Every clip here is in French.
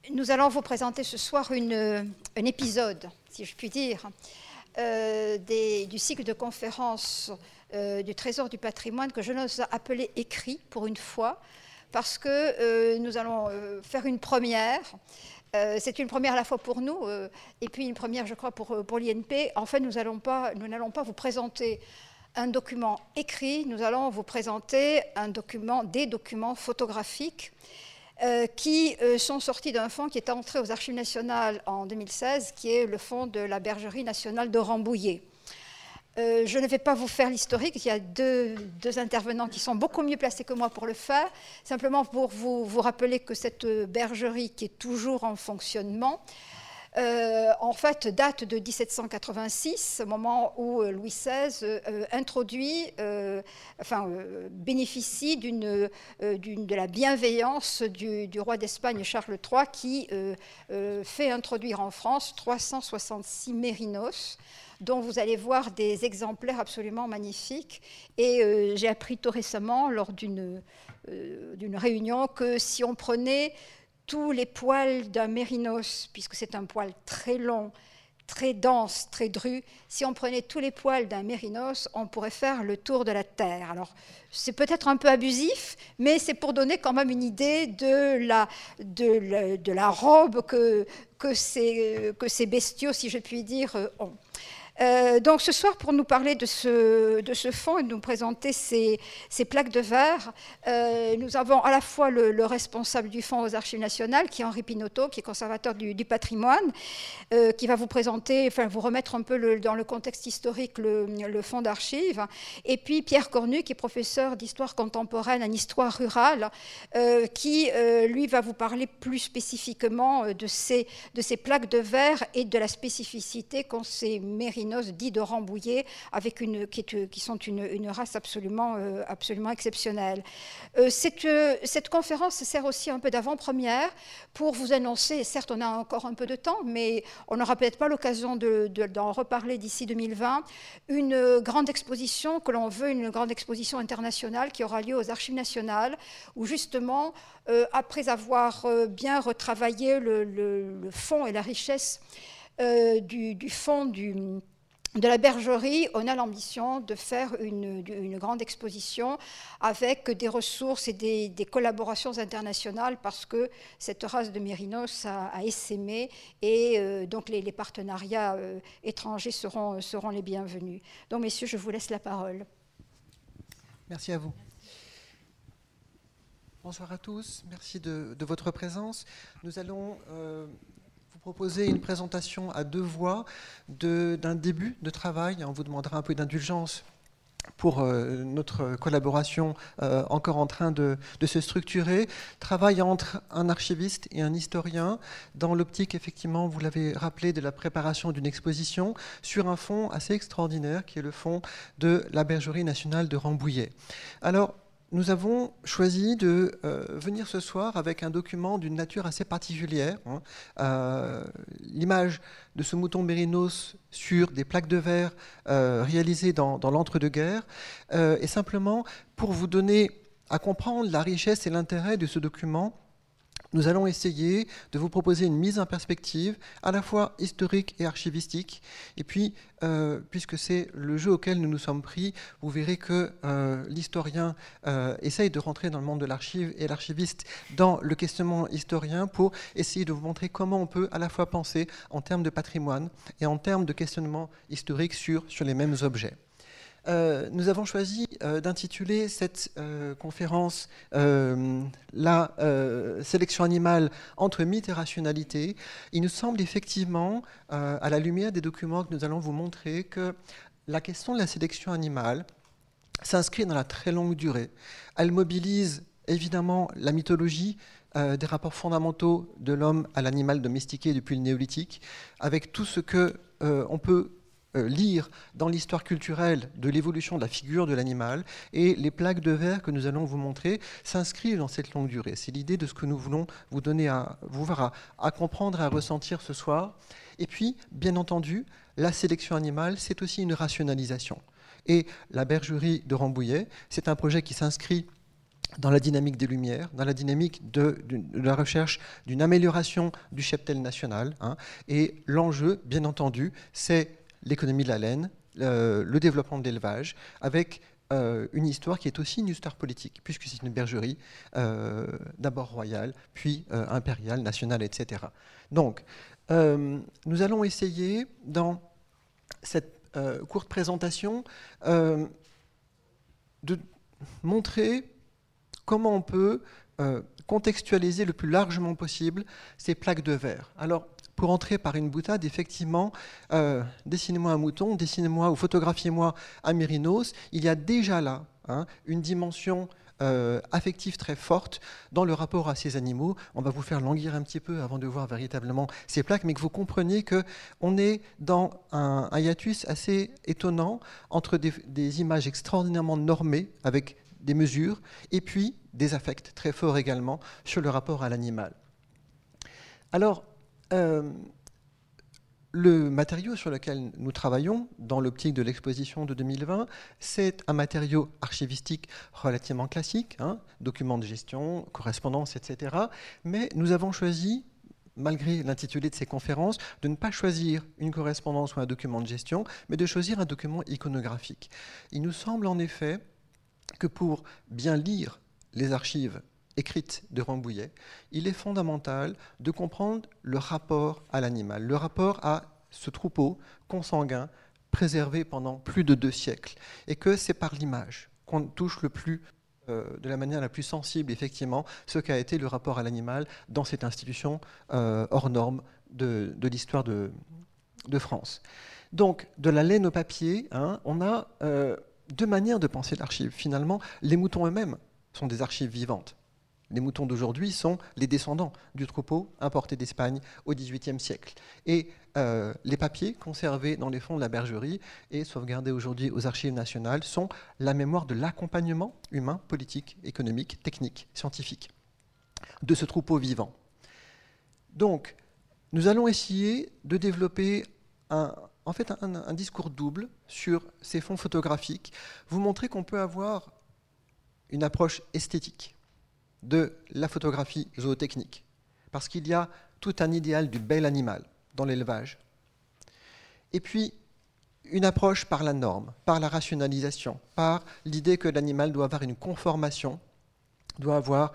Nous allons vous présenter ce soir un épisode, si je puis dire, du cycle de conférences du Trésor du patrimoine que je n'ose appeler écrit pour une fois, parce que nous allons faire une première. C'est une première à la fois pour nous et puis une première, je crois, pour l'INP. En fait, nous n'allons pas vous présenter un document écrit, nous allons vous présenter des documents photographiques qui sont sortis d'un fonds qui est entré aux Archives nationales en 2016, qui est le fonds de la Bergerie nationale de Rambouillet. Je ne vais pas vous faire l'historique, il y a deux intervenants qui sont beaucoup mieux placés que moi pour le faire, simplement pour vous rappeler que cette bergerie qui est toujours en fonctionnement, en fait, date de 1786, au moment où Louis XVI bénéficie de la bienveillance du roi d'Espagne Charles III, qui fait introduire en France 366 mérinos, dont vous allez voir des exemplaires absolument magnifiques. Et j'ai appris tout récemment, lors d'une réunion, que si on prenait tous les poils d'un mérinos, puisque c'est un poil très long, très dense, très dru, si on prenait tous les poils d'un mérinos, on pourrait faire le tour de la Terre. Alors, c'est peut-être un peu abusif, mais c'est pour donner quand même une idée de la robe que ces bestiaux, si je puis dire, ont. Donc ce soir, pour nous parler de ce fonds et de nous présenter ces plaques de verre, nous avons à la fois le responsable du fonds aux Archives nationales, qui est Henri Pinotto, qui est conservateur du patrimoine, qui va vous présenter, vous remettre un peu dans le contexte historique le fonds d'archives, et puis Pierre Cornu, qui est professeur d'histoire contemporaine en histoire rurale, qui, lui, va vous parler plus spécifiquement de ces plaques de verre et de la spécificité qu'ont ces mérinos dits de Rambouillet, qui sont une race absolument exceptionnelle. Cette conférence sert aussi un peu d'avant-première pour vous annoncer, certes on a encore un peu de temps, mais on n'aura peut-être pas l'occasion d'en reparler d'ici 2020, une grande exposition que l'on veut, une grande exposition internationale qui aura lieu aux Archives nationales, où justement, après avoir bien retravaillé le fond et la richesse du fond de la bergerie, on a l'ambition de faire une grande exposition avec des ressources et des collaborations internationales, parce que cette race de mérinos a essaimé, et donc les partenariats étrangers seront les bienvenus. Donc messieurs, je vous laisse la parole. Merci à vous. Bonsoir à tous, merci de votre présence. Nous allons proposer une présentation à deux voix d'un début de travail. On vous demandera un peu d'indulgence pour notre collaboration encore en train de se structurer. Travail entre un archiviste et un historien dans l'optique, effectivement, vous l'avez rappelé, de la préparation d'une exposition sur un fonds assez extraordinaire qui est le fonds de la Bergerie nationale de Rambouillet. Alors, nous avons choisi de venir ce soir avec un document d'une nature assez particulière. L'image de ce mouton mérinos sur des plaques de verre réalisées dans l'entre-deux-guerres, et simplement pour vous donner à comprendre la richesse et l'intérêt de ce document. Nous allons essayer de vous proposer une mise en perspective à la fois historique et archivistique. Et puis, puisque c'est le jeu auquel nous nous sommes pris, vous verrez que l'historien essaye de rentrer dans le monde de l'archive et l'archiviste dans le questionnement historien pour essayer de vous montrer comment on peut à la fois penser en termes de patrimoine et en termes de questionnement historique sur les mêmes objets. Nous avons choisi d'intituler cette conférence la sélection animale entre mythe et rationalité. Il nous semble effectivement, à la lumière des documents que nous allons vous montrer, que la question de la sélection animale s'inscrit dans la très longue durée. Elle mobilise évidemment la mythologie des rapports fondamentaux de l'homme à l'animal domestiqué depuis le néolithique, avec tout ce que on peut lire dans l'histoire culturelle de l'évolution de la figure de l'animal, et les plaques de verre que nous allons vous montrer s'inscrivent dans cette longue durée. C'est l'idée de ce que nous voulons vous donner à comprendre et à ressentir ce soir. Et puis, bien entendu, la sélection animale, c'est aussi une rationalisation. Et la bergerie de Rambouillet, c'est un projet qui s'inscrit dans la dynamique des Lumières, dans la dynamique de la recherche d'une amélioration du cheptel national. Hein. Et l'enjeu, bien entendu, c'est l'économie de la laine, le développement de l'élevage, avec une histoire qui est aussi une histoire politique, puisque c'est une bergerie d'abord royale, puis impériale, nationale, etc. Donc, nous allons essayer, dans cette courte présentation, de montrer comment on peut contextualiser le plus largement possible ces plaques de verre. Alors, pour entrer par une boutade, effectivement, dessinez-moi un mouton, dessinez-moi ou photographiez-moi un mérinos, il y a déjà là une dimension affective très forte dans le rapport à ces animaux. On va vous faire languir un petit peu avant de voir véritablement ces plaques, mais que vous compreniez qu'on est dans un hiatus assez étonnant entre des images extraordinairement normées, avec des mesures, et puis des affects très forts également sur le rapport à l'animal. Alors, le matériau sur lequel nous travaillons dans l'optique de l'exposition de 2020, c'est un matériau archivistique relativement classique, documents de gestion, correspondance, etc. Mais nous avons choisi, malgré l'intitulé de ces conférences, de ne pas choisir une correspondance ou un document de gestion, mais de choisir un document iconographique. Il nous semble en effet que pour bien lire les archives écrites de Rambouillet, il est fondamental de comprendre le rapport à l'animal, le rapport à ce troupeau consanguin préservé pendant plus de 2 siècles, et que c'est par l'image qu'on touche le plus, de la manière la plus sensible, effectivement, ce qu'a été le rapport à l'animal dans cette institution hors norme de l'histoire de France. Donc, de la laine au papier, on a 2 manières de penser l'archive. Finalement, les moutons eux-mêmes sont des archives vivantes. Les moutons d'aujourd'hui sont les descendants du troupeau importé d'Espagne au XVIIIe siècle. Et les papiers conservés dans les fonds de la bergerie et sauvegardés aujourd'hui aux archives nationales sont la mémoire de l'accompagnement humain, politique, économique, technique, scientifique de ce troupeau vivant. Donc, nous allons essayer de développer un discours double sur ces fonds photographiques, vous montrer qu'on peut avoir une approche esthétique de la photographie zootechnique, parce qu'il y a tout un idéal du bel animal dans l'élevage. Et puis, une approche par la norme, par la rationalisation, par l'idée que l'animal doit avoir une conformation, doit avoir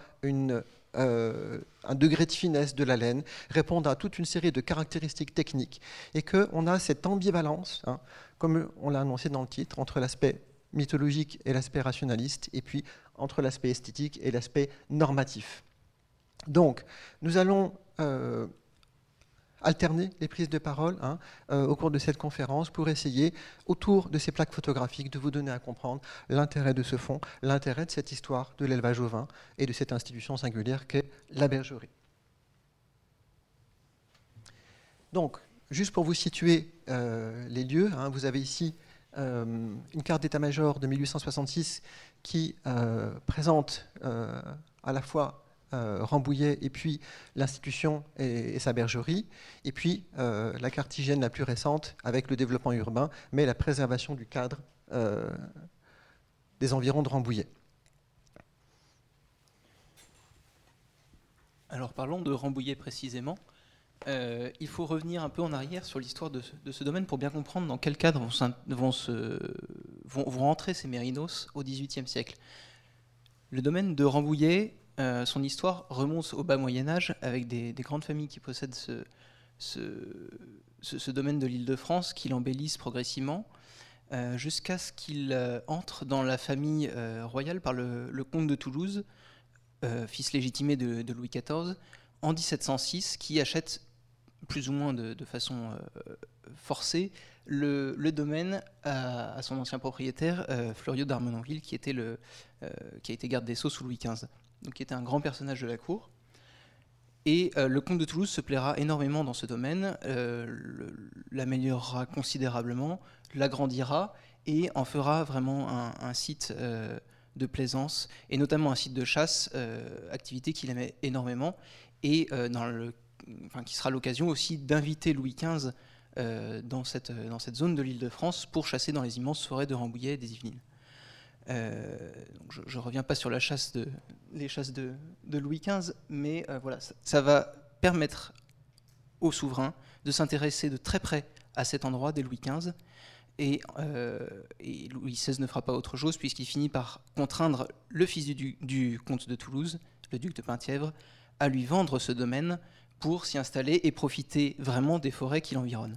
un degré de finesse de la laine, répondre à toute une série de caractéristiques techniques, et qu'on a cette ambivalence, comme on l'a annoncé dans le titre, entre l'aspect mythologique et l'aspect rationaliste, et puis entre l'aspect esthétique et l'aspect normatif. Donc, nous allons alterner les prises de parole au cours de cette conférence pour essayer, autour de ces plaques photographiques, de vous donner à comprendre l'intérêt de ce fonds, l'intérêt de cette histoire de l'élevage au vin et de cette institution singulière qu'est la bergerie. Donc, juste pour vous situer les lieux, vous avez ici une carte d'état-major de 1866 qui présente à la fois Rambouillet et puis l'institution et sa bergerie, et puis la carte hygiène la plus récente avec le développement urbain, mais la préservation du cadre des environs de Rambouillet. Alors parlons de Rambouillet précisément. Il faut revenir un peu en arrière sur l'histoire de ce domaine pour bien comprendre dans quel cadre vont rentrer ces mérinos au XVIIIe siècle. Le domaine de Rambouillet, son histoire remonte au bas Moyen-Âge avec des grandes familles qui possèdent ce domaine de l'Île-de-France, qui l'embellissent progressivement, jusqu'à ce qu'il entre dans la famille royale par le comte de Toulouse, fils légitimé de Louis XIV, en 1706, qui achète plus ou moins de façon forcée le domaine à son ancien propriétaire, Fleuriot d'Armenonville, qui a été garde des Sceaux sous Louis XV, donc qui était un grand personnage de la cour. Et le comte de Toulouse se plaira énormément dans ce domaine, l'améliorera considérablement, l'agrandira et en fera vraiment un site de plaisance, et notamment un site de chasse, activité qu'il aimait énormément, et qui sera l'occasion aussi d'inviter Louis XV dans cette zone de l'Île-de-France pour chasser dans les immenses forêts de Rambouillet et des Yvelines. Donc je ne reviens pas sur les chasses de Louis XV, mais voilà, ça va permettre aux souverains de s'intéresser de très près à cet endroit dès Louis XV. Et Louis XVI ne fera pas autre chose puisqu'il finit par contraindre le fils du comte de Toulouse, le duc de Penthièvre, à lui vendre ce domaine pour s'y installer et profiter vraiment des forêts qui l'environnent.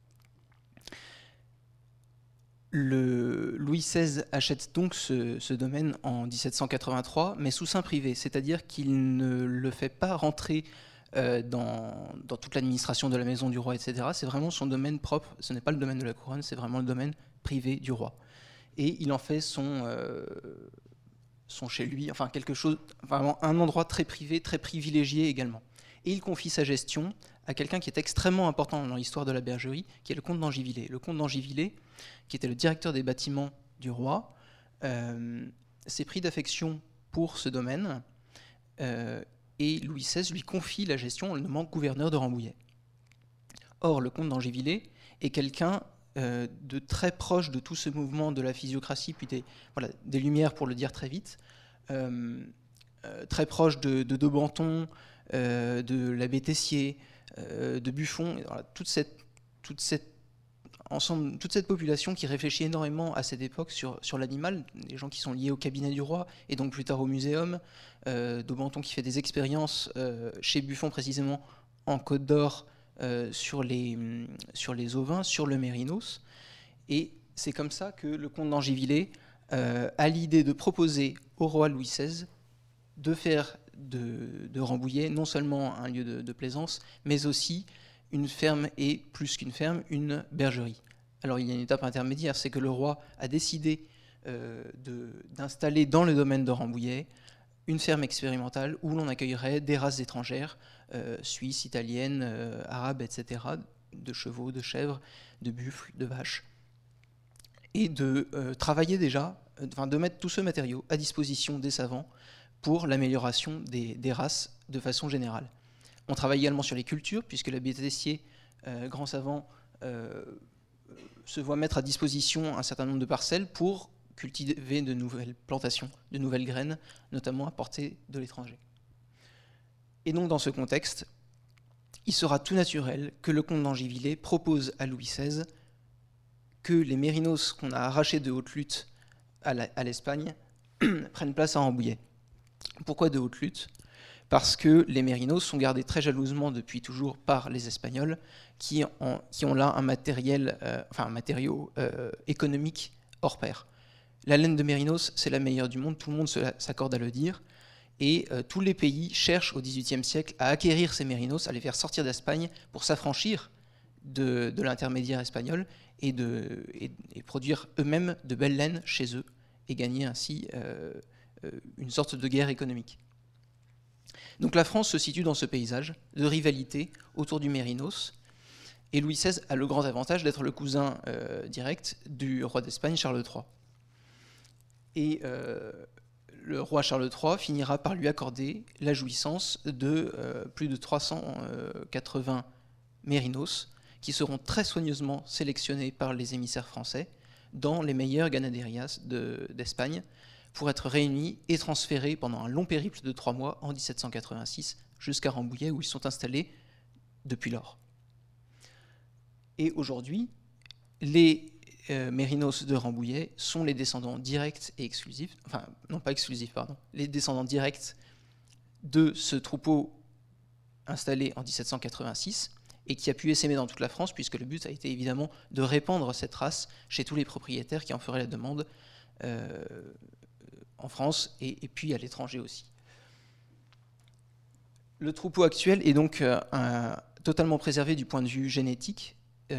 Louis XVI achète donc ce domaine en 1783, mais sous seing privé, c'est-à-dire qu'il ne le fait pas rentrer dans toute l'administration de la maison du roi, etc. C'est vraiment son domaine propre, ce n'est pas le domaine de la couronne, c'est vraiment le domaine privé du roi. Et il en fait son chez lui, enfin quelque chose, vraiment un endroit très privé, très privilégié également. Et il confie sa gestion à quelqu'un qui est extrêmement important dans l'histoire de la bergerie, qui est le comte d'Angivillers. Le comte d'Angivillers, qui était le directeur des bâtiments du roi, s'est pris d'affection pour ce domaine, et Louis XVI lui confie la gestion en le nommant gouverneur de Rambouillet. Or, le comte d'Angivillers est quelqu'un de très proche de tout ce mouvement de la physiocratie, puis des Lumières, pour le dire très vite, très proche de Daubenton, de l'abbé Tessier, de Buffon, voilà, toute cette population qui réfléchit énormément à cette époque sur l'animal, des gens qui sont liés au cabinet du roi et donc plus tard au muséum, Daubenton qui fait des expériences chez Buffon précisément en Côte d'Or sur les ovins, sur le mérinos, et c'est comme ça que le comte d'Angivillers a l'idée de proposer au roi Louis XVI de faire de Rambouillet non seulement un lieu de plaisance, mais aussi une ferme et, plus qu'une ferme, une bergerie. Alors il y a une étape intermédiaire, c'est que le roi a décidé d'installer dans le domaine de Rambouillet une ferme expérimentale où l'on accueillerait des races étrangères, suisses, italiennes, arabes, etc., de chevaux, de chèvres, de buffles, de vaches, et de travailler déjà, de mettre tout ce matériau à disposition des savants pour l'amélioration des races de façon générale. On travaille également sur les cultures, puisque l'abbé Tessier, grand savant, se voit mettre à disposition un certain nombre de parcelles pour cultiver de nouvelles plantations, de nouvelles graines, notamment apportées de l'étranger. Et donc dans ce contexte, il sera tout naturel que le comte d'Angivillers propose à Louis XVI que les mérinos qu'on a arrachés de haute lutte à l'Espagne prennent place à Rambouillet. Pourquoi de haute lutte ? Parce que les mérinos sont gardés très jalousement depuis toujours par les Espagnols, qui ont là un matériau économique hors pair. La laine de mérinos, c'est la meilleure du monde, tout le monde s'accorde à le dire, et tous les pays cherchent au XVIIIe siècle à acquérir ces mérinos, à les faire sortir d'Espagne pour s'affranchir de l'intermédiaire espagnol et produire eux-mêmes de belles laines chez eux, et gagner ainsi une sorte de guerre économique. Donc la France se situe dans ce paysage de rivalité autour du mérinos, et Louis XVI a le grand avantage d'être le cousin direct du roi d'Espagne, Charles III. Et le roi Charles III finira par lui accorder la jouissance de plus de 380 mérinos, qui seront très soigneusement sélectionnés par les émissaires français dans les meilleures ganaderias d'Espagne, pour être réunis et transférés pendant un long périple de 3 mois en 1786 jusqu'à Rambouillet, où ils sont installés depuis lors. Et aujourd'hui, les mérinos de Rambouillet sont les descendants directs et exclusifs, enfin non pas exclusifs, pardon, les descendants directs de ce troupeau installé en 1786 et qui a pu essaimer dans toute la France, puisque le but a été évidemment de répandre cette race chez tous les propriétaires qui en feraient la demande en France et puis à l'étranger aussi. Le troupeau actuel est donc totalement préservé du point de vue génétique.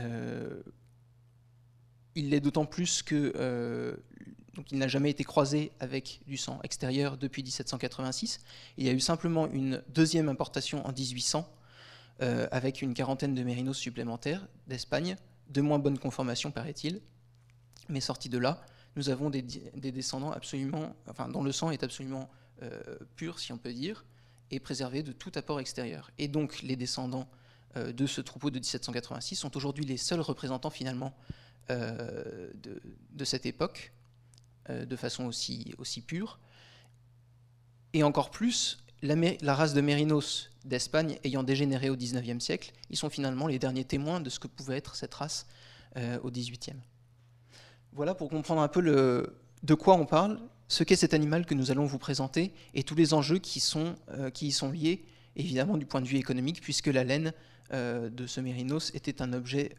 Il l'est d'autant plus que donc il n'a jamais été croisé avec du sang extérieur depuis 1786. Il y a eu simplement une deuxième importation en 1800 avec une quarantaine de mérinos supplémentaires d'Espagne, de moins bonne conformation paraît-il, mais sortis de là, nous avons des descendants absolument, enfin, dont le sang est absolument pur, si on peut dire, et préservé de tout apport extérieur. Et donc les descendants de ce troupeau de 1786 sont aujourd'hui les seuls représentants finalement de cette époque, de façon aussi pure. Et encore plus, la race de mérinos d'Espagne ayant dégénéré au XIXe siècle, ils sont finalement les derniers témoins de ce que pouvait être cette race au XVIIIe. Voilà pour comprendre un peu de quoi on parle, ce qu'est cet animal que nous allons vous présenter et tous les enjeux qui y sont liés, évidemment du point de vue économique, puisque la laine de ce mérinos était un objet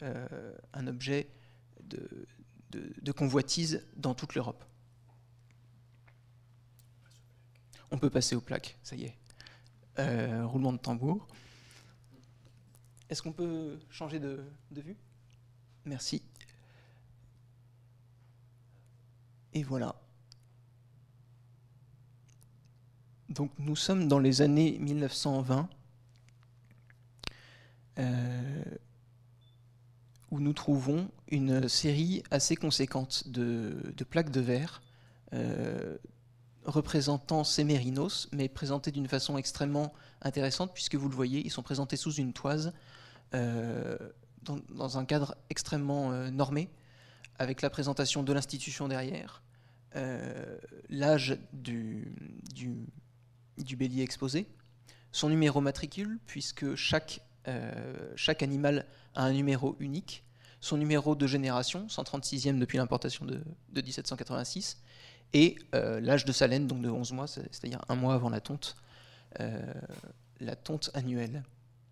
de convoitise dans toute l'Europe. On peut passer aux plaques, ça y est. Roulement de tambour. Est-ce qu'on peut changer de vue? Merci. Et voilà. Donc nous sommes dans les années 1920, où nous trouvons une série assez conséquente de plaques de verre représentant ces mérinos, mais présentés d'une façon extrêmement intéressante, puisque vous le voyez, ils sont présentés sous une toise, dans un cadre extrêmement normé, avec la présentation de l'institution derrière, l'âge du bélier exposé, son numéro matricule, puisque chaque animal a un numéro unique, son numéro de génération, 136e depuis l'importation de 1786, et l'âge de sa laine, donc de 11 mois, c'est-à-dire un mois avant la tonte annuelle.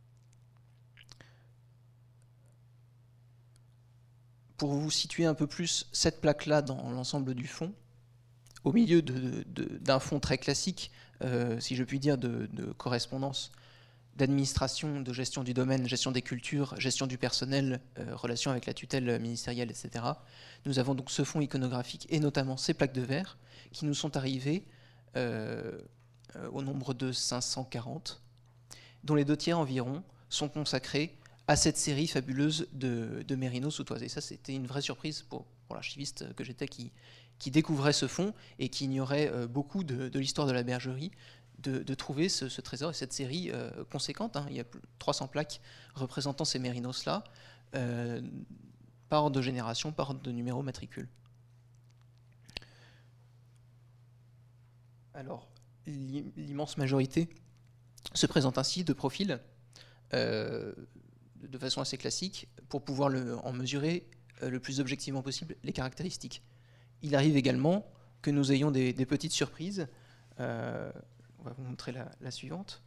Pour vous situer un peu plus cette plaque-là dans l'ensemble du fond, au milieu d'un fond très classique, si je puis dire, de correspondance, d'administration, de gestion du domaine, gestion des cultures, gestion du personnel, relation avec la tutelle ministérielle, etc. Nous avons donc ce fond iconographique et notamment ces plaques de verre qui nous sont arrivées au nombre de 540, dont les 2 tiers environ sont consacrés à cette série fabuleuse de mérinos sous toise. Et ça, c'était une vraie surprise pour l'archiviste que j'étais qui découvrait ce fond et qui ignorait beaucoup de l'histoire de la bergerie, de trouver ce trésor et cette série conséquente. Il y a 300 plaques représentant ces mérinos-là, par ordre de génération, par ordre de numéro matricule. Alors, l'immense majorité se présente ainsi de profil, de façon assez classique, pour pouvoir en mesurer le plus objectivement possible les caractéristiques. Il arrive également que nous ayons des petites surprises. On va vous montrer la suivante.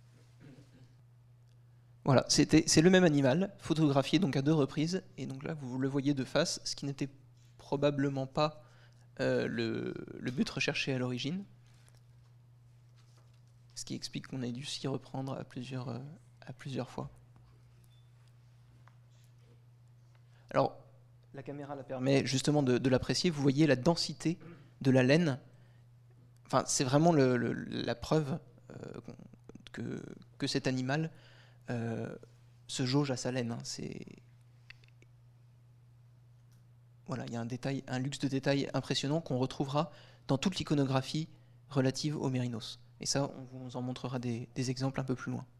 Voilà, c'est le même animal, photographié donc à 2 reprises, et donc là vous le voyez de face, ce qui n'était probablement pas le but recherché à l'origine, ce qui explique qu'on ait dû s'y reprendre à plusieurs fois. Alors, la caméra la permet justement de l'apprécier. Vous voyez la densité de la laine. Enfin, c'est vraiment la preuve que cet animal se jauge à sa laine. Voilà, il y a un luxe de détail impressionnant qu'on retrouvera dans toute l'iconographie relative aux mérinos. Et ça, on vous en montrera des exemples un peu plus loin.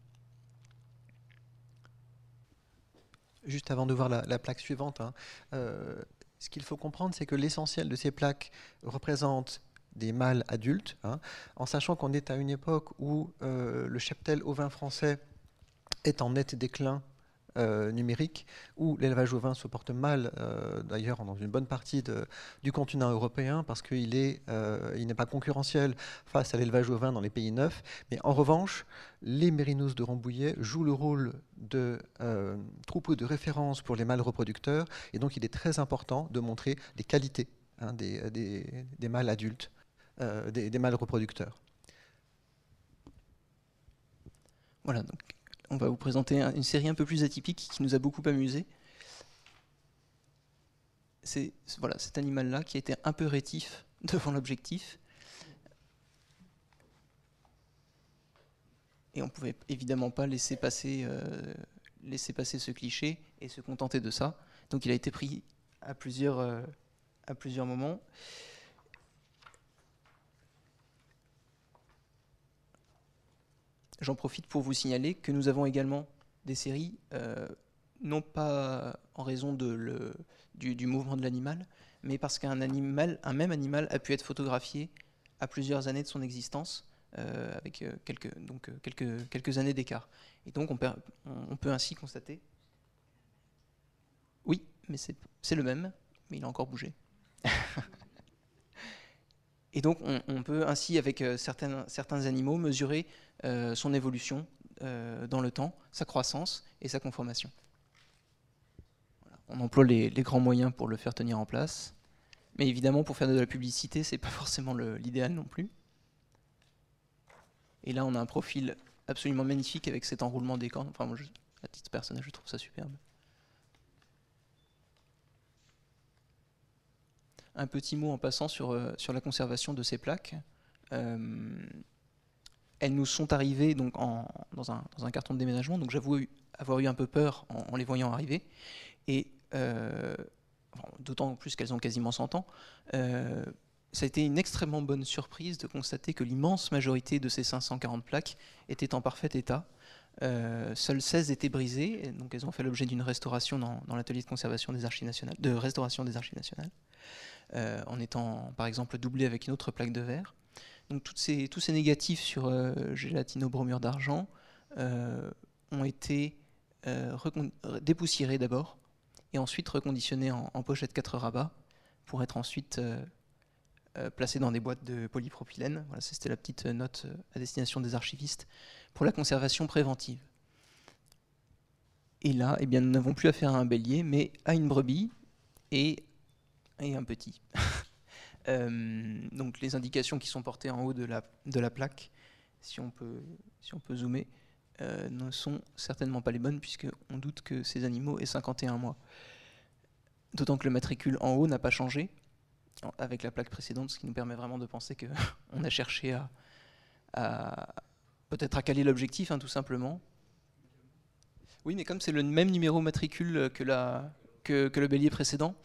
Juste avant de voir la plaque suivante, ce qu'il faut comprendre, c'est que l'essentiel de ces plaques représente des mâles adultes, en sachant qu'on est à une époque où le cheptel ovin français est en net déclin numérique, où l'élevage ovin se porte mal, d'ailleurs dans une bonne partie du continent européen, parce qu'il n'est pas concurrentiel face à l'élevage ovin dans les pays neufs. Mais en revanche, les mérinos de Rambouillet jouent le rôle de troupeau de référence pour les mâles reproducteurs, et donc il est très important de montrer les qualités des mâles adultes, des mâles reproducteurs. Voilà, donc on va vous présenter une série un peu plus atypique qui nous a beaucoup amusé. C'est cet animal-là qui était un peu rétif devant l'objectif. Et on ne pouvait évidemment pas laisser passer ce cliché et se contenter de ça. Donc il a été pris à plusieurs moments. J'en profite pour vous signaler que nous avons également des séries, non pas en raison du mouvement de l'animal, mais parce qu'un même animal a pu être photographié à plusieurs années de son existence, avec quelques années d'écart. Et donc on peut ainsi constater... Oui, mais c'est le même, mais il a encore bougé. Et donc on peut ainsi, avec certains animaux, mesurer son évolution dans le temps, sa croissance et sa conformation. Voilà. On emploie les grands moyens pour le faire tenir en place. Mais évidemment, pour faire de la publicité, c'est pas forcément l'idéal non plus. Et là, on a un profil absolument magnifique avec cet enroulement des cornes. Enfin, moi, à titre personnel, je trouve ça superbe. Un petit mot en passant sur la conservation de ces plaques. Elles nous sont arrivées donc dans un carton de déménagement, donc j'avoue avoir eu un peu peur en les voyant arriver. Et d'autant plus qu'elles ont quasiment 100 ans. Ça a été une extrêmement bonne surprise de constater que l'immense majorité de ces 540 plaques étaient en parfait état. Seules 16 étaient brisées, donc elles ont fait l'objet d'une restauration dans l'atelier de conservation des Archives nationales, de restauration des Archives nationales, en étant par exemple doublées avec une autre plaque de verre. Donc tous ces négatifs sur gélatino-bromure d'argent ont été dépoussiérés d'abord et ensuite reconditionnés en pochette 4 rabats pour être ensuite placés dans des boîtes de polypropylène. Voilà, c'était la petite note à destination des archivistes pour la conservation préventive. Et là, eh bien, nous n'avons plus affaire à un bélier, mais à une brebis et un petit. Donc les indications qui sont portées en haut de la plaque, si on peut zoomer, ne sont certainement pas les bonnes, puisqu'on doute que ces animaux aient 51 mois. D'autant que le matricule en haut n'a pas changé avec la plaque précédente, ce qui nous permet vraiment de penser qu'on a cherché à peut-être à caler l'objectif, hein, tout simplement. Oui, mais comme c'est le même numéro matricule que le bélier précédent,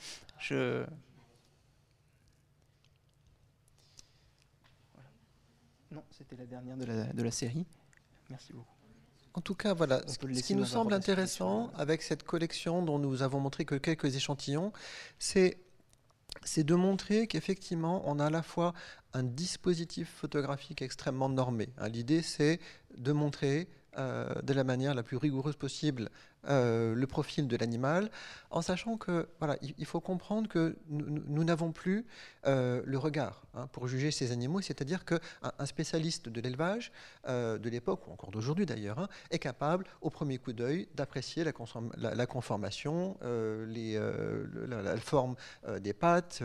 Non, c'était la dernière de la série. Merci beaucoup. En tout cas, voilà, ce qui nous semble intéressant avec cette collection dont nous avons montré que quelques échantillons, c'est de montrer qu'effectivement, on a à la fois un dispositif photographique extrêmement normé. L'idée, c'est de montrer de la manière la plus rigoureuse possible le profil de l'animal, en sachant que voilà, il faut comprendre que nous n'avons plus le regard pour juger ces animaux, c'est-à-dire qu'un spécialiste de l'élevage de l'époque, ou encore d'aujourd'hui d'ailleurs, est capable au premier coup d'œil d'apprécier la conformation, la forme des pattes,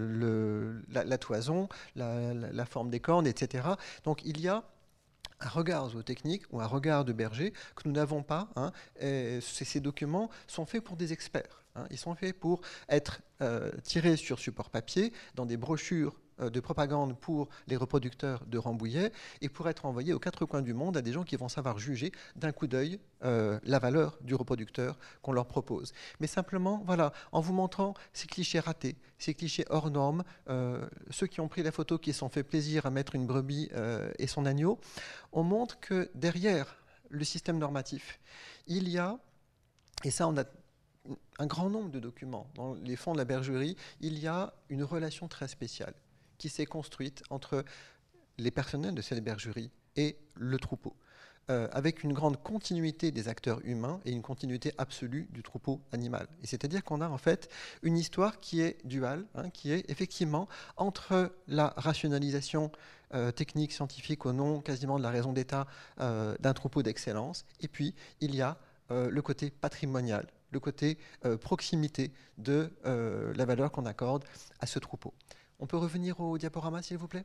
la toison, la forme des cornes, etc. Donc il y a un regard zootechnique ou un regard de berger que nous n'avons pas. Ces documents sont faits pour des experts. Ils sont faits pour être tirés sur support papier, dans des brochures de propagande pour les reproducteurs de Rambouillet et pour être envoyés aux quatre coins du monde à des gens qui vont savoir juger d'un coup d'œil la valeur du reproducteur qu'on leur propose. Mais simplement, voilà, en vous montrant ces clichés ratés, ces clichés hors normes, ceux qui ont pris la photo, qui se sont fait plaisir à mettre une brebis et son agneau, on montre que derrière le système normatif, il y a, et ça on a un grand nombre de documents, dans les fonds de la bergerie, il y a une relation très spéciale qui s'est construite entre les personnels de cette bergerie et le troupeau, avec une grande continuité des acteurs humains et une continuité absolue du troupeau animal. Et c'est-à-dire qu'on a en fait une histoire qui est duale, qui est effectivement entre la rationalisation technique, scientifique au nom quasiment de la raison d'État d'un troupeau d'excellence, et puis il y a le côté patrimonial, le côté proximité de la valeur qu'on accorde à ce troupeau. On peut revenir au diaporama, s'il vous plaît?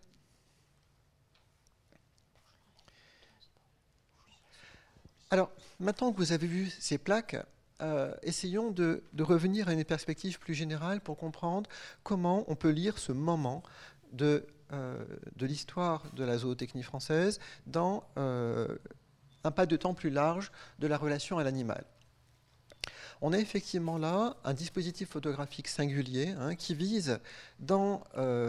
Alors, maintenant que vous avez vu ces plaques, essayons de revenir à une perspective plus générale pour comprendre comment on peut lire ce moment de l'histoire de la zootechnie française dans un pas de temps plus large de la relation à l'animal. On a effectivement là un dispositif photographique singulier qui vise dans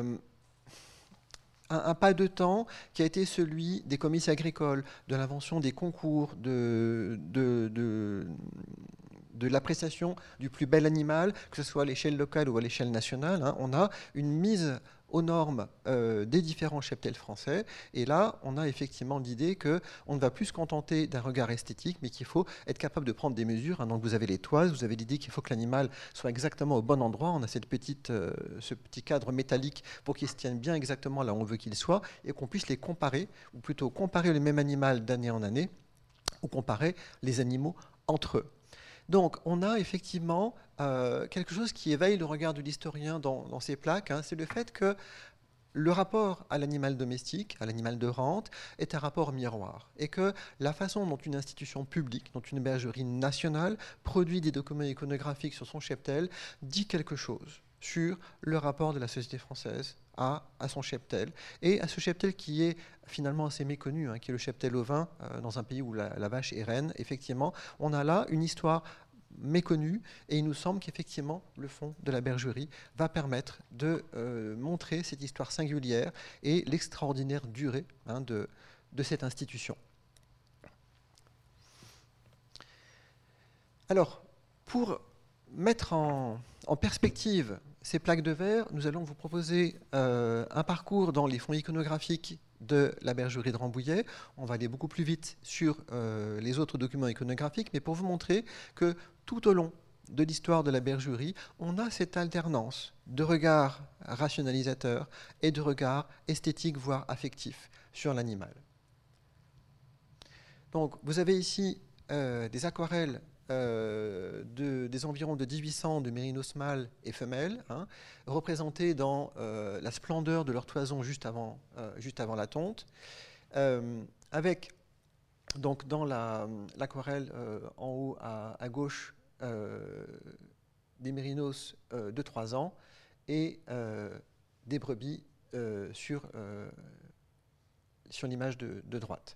un pas de temps qui a été celui des comices agricoles, de l'invention des concours, de de l'appréciation du plus bel animal, que ce soit à l'échelle locale ou à l'échelle nationale. Hein. On a une mise aux normes des différents cheptels français. Et là, on a effectivement l'idée qu'on ne va plus se contenter d'un regard esthétique, mais qu'il faut être capable de prendre des mesures. Hein. Donc vous avez les toises, vous avez l'idée qu'il faut que l'animal soit exactement au bon endroit. On a ce petit cadre métallique pour qu'il se tienne bien exactement là où on veut qu'il soit, et qu'on puisse les comparer, ou plutôt comparer le même animal d'année en année, ou comparer les animaux entre eux. Donc, on a effectivement quelque chose qui éveille le regard de l'historien dans ces plaques, hein, c'est le fait que le rapport à l'animal domestique, à l'animal de rente, est un rapport miroir. Et que la façon dont une institution publique, dont une bergerie nationale, produit des documents iconographiques sur son cheptel, dit quelque chose sur le rapport de la société française à son cheptel, et à ce cheptel qui est finalement assez méconnu, hein, qui est le cheptel ovin, dans un pays où la vache est reine. Effectivement, on a là une histoire méconnue, et il nous semble qu'effectivement le fonds de la bergerie va permettre de montrer cette histoire singulière et l'extraordinaire durée, hein, de cette institution. Alors, pour mettre en perspective ces plaques de verre, nous allons vous proposer un parcours dans les fonds iconographiques de la bergerie de Rambouillet. On va aller beaucoup plus vite sur les autres documents iconographiques, mais pour vous montrer que tout au long de l'histoire de la bergerie, on a cette alternance de regard rationalisateur et de regard esthétique, voire affectif, sur l'animal. Donc, vous avez ici des aquarelles des environs de 1800 de mérinos mâles et femelles, hein, représentés dans la splendeur de leur toison juste avant la tonte, avec donc dans l'aquarelle en haut à gauche des mérinos de 3 ans et des brebis sur l'image de droite.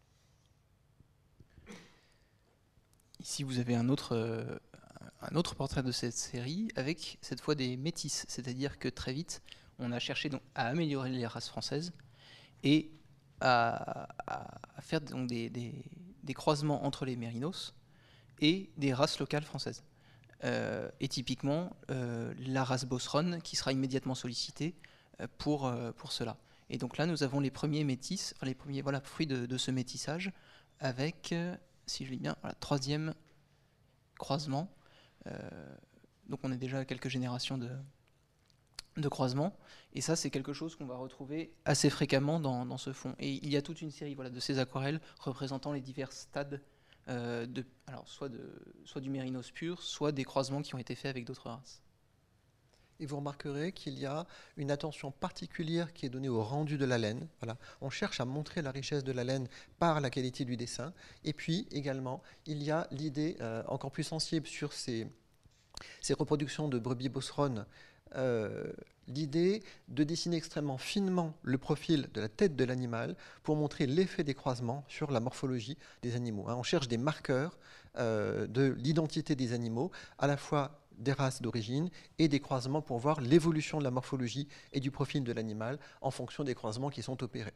Ici, vous avez un autre portrait de cette série avec cette fois des métis, c'est-à-dire que très vite, on a cherché donc à améliorer les races françaises et à faire donc des croisements entre les mérinos et des races locales françaises. Et typiquement, la race Beauceronne qui sera immédiatement sollicitée pour cela. Et donc là, nous avons les premiers métis, enfin les premiers fruits de ce métissage avec... si je lis bien, voilà, 3e croisement. Donc on est déjà à quelques générations de croisement. Et ça, c'est quelque chose qu'on va retrouver assez fréquemment dans ce fond. Et il y a toute une série de ces aquarelles représentant les divers stades, soit du mérinos pur, soit des croisements qui ont été faits avec d'autres races. Et vous remarquerez qu'il y a une attention particulière qui est donnée au rendu de la laine. Voilà. On cherche à montrer la richesse de la laine par la qualité du dessin. Et puis également, il y a l'idée encore plus sensible sur ces reproductions de brebis beauceronnes, l'idée de dessiner extrêmement finement le profil de la tête de l'animal pour montrer l'effet des croisements sur la morphologie des animaux. On cherche des marqueurs de l'identité des animaux, à la fois des races d'origine et des croisements pour voir l'évolution de la morphologie et du profil de l'animal en fonction des croisements qui sont opérés.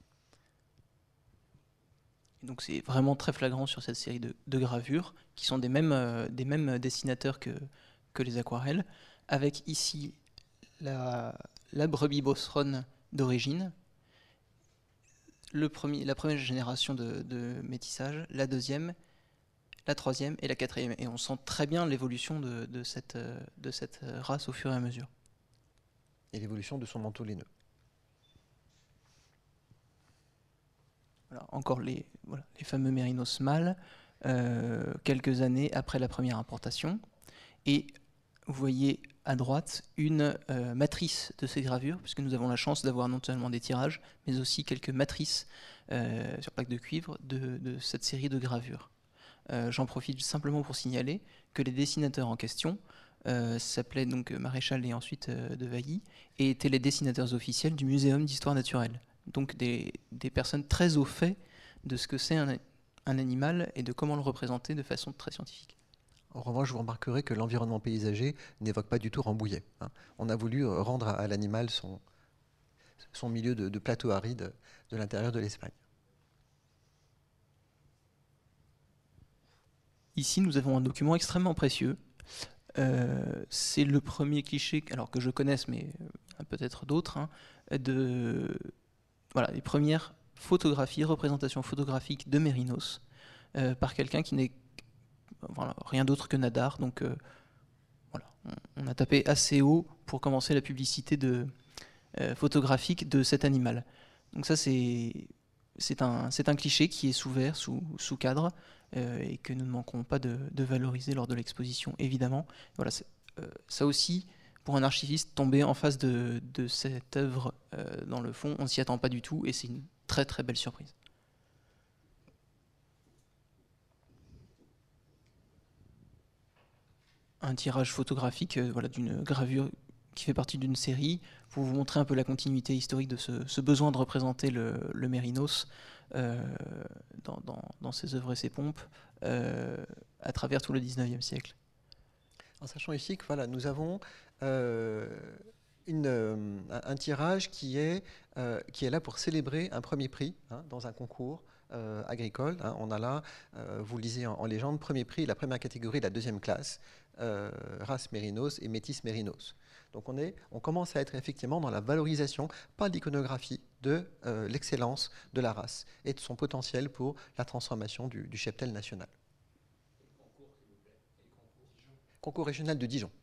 Et donc c'est vraiment très flagrant sur cette série de gravures qui sont des mêmes dessinateurs que les aquarelles, avec ici la brebis beauceronne d'origine, la première génération de métissage, la deuxième, la 3e et la 4e. Et on sent très bien l'évolution de cette race au fur et à mesure. Et l'évolution de son manteau laineux. Voilà, encore les fameux mérinos mâles, quelques années après la première importation. Et vous voyez à droite une matrice de ces gravures, puisque nous avons la chance d'avoir non seulement des tirages, mais aussi quelques matrices sur plaque de cuivre de cette série de gravures. J'en profite simplement pour signaler que les dessinateurs en question s'appelaient donc Maréchal et ensuite de Vailly et étaient les dessinateurs officiels du Muséum d'histoire naturelle. Donc des personnes très au fait de ce que c'est un animal et de comment le représenter de façon très scientifique. En revanche, vous remarquerez que l'environnement paysager n'évoque pas du tout Rambouillet. On a voulu rendre à l'animal son milieu de plateau aride de l'intérieur de l'Espagne. Ici, nous avons un document extrêmement précieux. C'est le premier cliché, alors que je connaisse, mais peut-être d'autres, hein, voilà, les premières photographies, représentations photographiques de Mérinos par quelqu'un qui n'est rien d'autre que Nadar. Donc voilà, on a tapé assez haut pour commencer la publicité photographique de cet animal. Donc ça, c'est un cliché qui est sous verre, sous cadre, et que nous ne manquerons pas de valoriser lors de l'exposition, évidemment. Voilà, ça aussi, pour un archiviste, tomber en face de cette œuvre dans le fond, on ne s'y attend pas du tout, et c'est une très très belle surprise. Un tirage photographique voilà, d'une gravure qui fait partie d'une série, pour vous montrer un peu la continuité historique de ce besoin de représenter le Mérinos dans ses œuvres et ses pompes à travers tout le 19e siècle. En sachant ici que voilà, nous avons un tirage qui est là pour célébrer un premier prix dans un concours agricole. On a là, vous le lisez en légende, premier prix, la première catégorie, la deuxième classe, race Mérinos et métis Mérinos. Donc on commence à être effectivement dans la valorisation par l'iconographie de l'excellence de la race et de son potentiel pour la transformation du cheptel national. Concours régional de Dijon.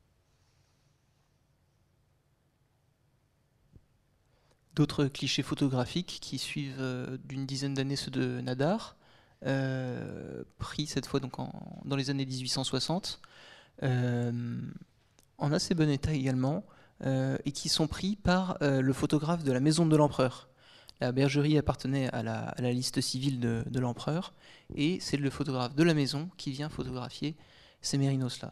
D'autres clichés photographiques qui suivent d'une dizaine d'années ceux de Nadar, pris cette fois donc dans les années 1860, en assez bon état également, et qui sont pris par le photographe de la maison de l'empereur. La bergerie appartenait à la liste civile de l'empereur, et c'est le photographe de la maison qui vient photographier ces mérinos-là.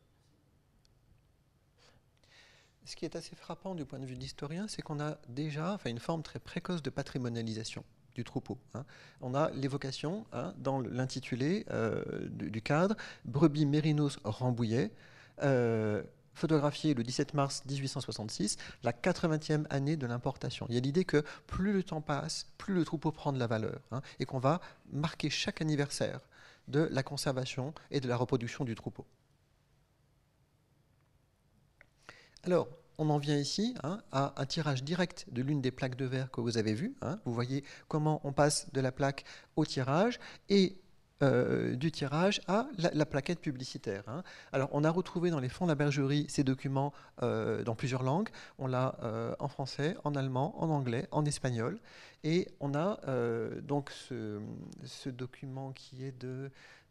Ce qui est assez frappant du point de vue de l'historien, c'est qu'on a déjà une forme très précoce de patrimonialisation du troupeau. On a l'évocation dans l'intitulé du cadre, brebis mérinos Rambouillet, photographié le 17 mars 1866, la 80e année de l'importation. Il y a l'idée que plus le temps passe, plus le troupeau prend de la valeur, et qu'on va marquer chaque anniversaire de la conservation et de la reproduction du troupeau. Alors, on en vient ici à un tirage direct de l'une des plaques de verre que vous avez vues. Vous voyez comment on passe de la plaque au tirage et du tirage à la plaquette publicitaire. Alors, on a retrouvé dans les fonds de la bergerie ces documents dans plusieurs langues. On l'a en français, en allemand, en anglais, en espagnol. Et on a donc ce document qui est de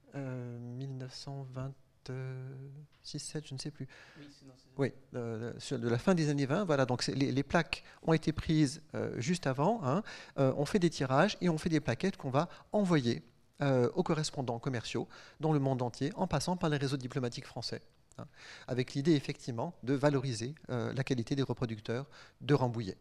1920. 6, 7, je ne sais plus. Oui, de la fin des années 20. Voilà, donc les plaques ont été prises juste avant. On fait des tirages et on fait des plaquettes qu'on va envoyer aux correspondants commerciaux dans le monde entier, en passant par les réseaux diplomatiques français, avec l'idée effectivement de valoriser la qualité des reproducteurs de Rambouillet.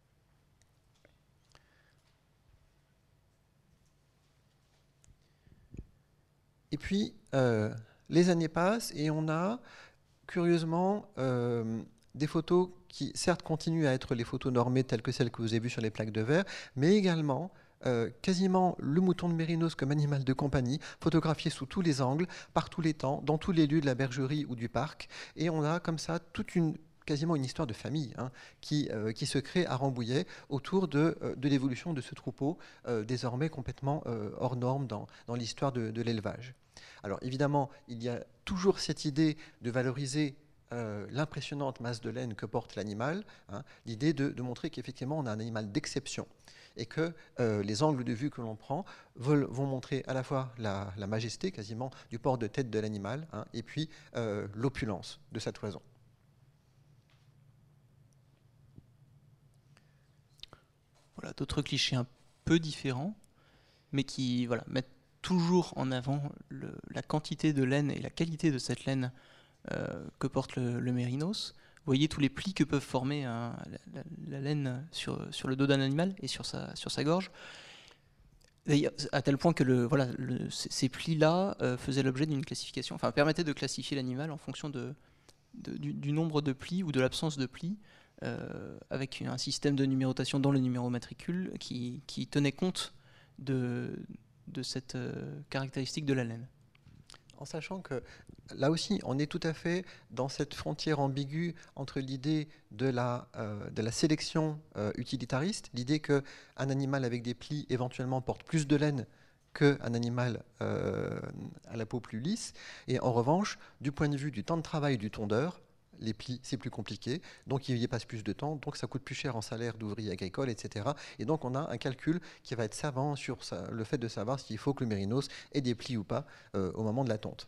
Et puis, les années passent et on a, curieusement, des photos qui, certes, continuent à être les photos normées telles que celles que vous avez vues sur les plaques de verre, mais également quasiment le mouton de Mérinos comme animal de compagnie, photographié sous tous les angles, par tous les temps, dans tous les lieux de la bergerie ou du parc. Et on a comme ça quasiment une histoire de famille qui se crée à Rambouillet autour de l'évolution de ce troupeau, désormais complètement hors norme dans l'histoire de l'élevage. Alors évidemment, il y a toujours cette idée de valoriser l'impressionnante masse de laine que porte l'animal, l'idée de montrer qu'effectivement on a un animal d'exception et que les angles de vue que l'on prend vont montrer à la fois la majesté quasiment du port de tête de l'animal et puis l'opulence de sa toison. Voilà, d'autres clichés un peu différents, mais qui mettent toujours en avant la quantité de laine et la qualité de cette laine que porte le mérinos. Vous voyez tous les plis que peuvent former la laine sur le dos d'un animal et sur sa gorge. D'ailleurs, à tel point que ces plis-là faisaient l'objet d'une classification, permettaient de classifier l'animal en fonction du nombre de plis ou de l'absence de plis, avec un système de numérotation dans le numéro matricule qui tenait compte de cette caractéristique de la laine. En sachant que, là aussi, on est tout à fait dans cette frontière ambiguë entre l'idée de la sélection utilitariste, l'idée qu'un animal avec des plis éventuellement porte plus de laine qu'un animal à la peau plus lisse, et en revanche, du point de vue du temps de travail du tondeur, les plis, c'est plus compliqué, donc il y passe plus de temps, donc ça coûte plus cher en salaire d'ouvrier agricole, etc. Et donc on a un calcul qui va être savant sur le fait de savoir s'il faut que le mérinos ait des plis ou pas au moment de la tonte.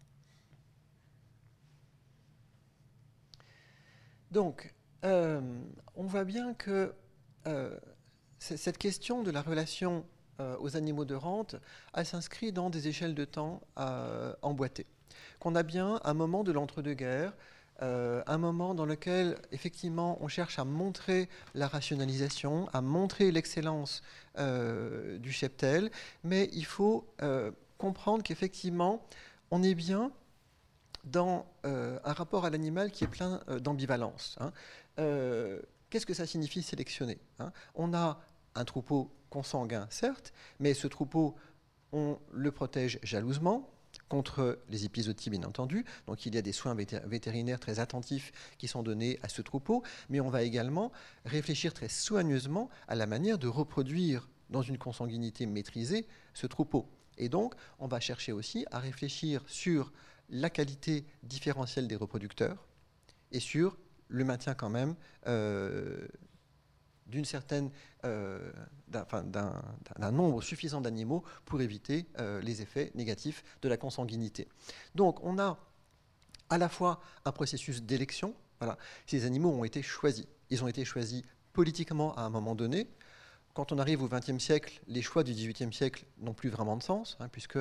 Donc, on voit bien que cette question de la relation aux animaux de rente, elle s'inscrit dans des échelles de temps emboîtées. Qu'on a bien un moment de l'entre-deux-guerres, un moment dans lequel, effectivement, on cherche à montrer la rationalisation, à montrer l'excellence du cheptel, mais il faut comprendre qu'effectivement, on est bien dans un rapport à l'animal qui est plein d'ambivalence. Hein. Qu'est-ce que ça signifie sélectionner, hein? On a un troupeau consanguin, certes, mais ce troupeau, on le protège jalousement contre les épizooties, bien entendu. Donc il y a des soins vétérinaires très attentifs qui sont donnés à ce troupeau, mais on va également réfléchir très soigneusement à la manière de reproduire dans une consanguinité maîtrisée ce troupeau. Et donc on va chercher aussi à réfléchir sur la qualité différentielle des reproducteurs et sur le maintien quand même d'une certaine, d'un nombre suffisant d'animaux pour éviter les effets négatifs de la consanguinité. Donc on a à la fois un processus d'élection. Voilà. Ces animaux ont été choisis. Ils ont été choisis politiquement à un moment donné. Quand on arrive au XXe siècle, les choix du XVIIIe siècle n'ont plus vraiment de sens, hein, puisque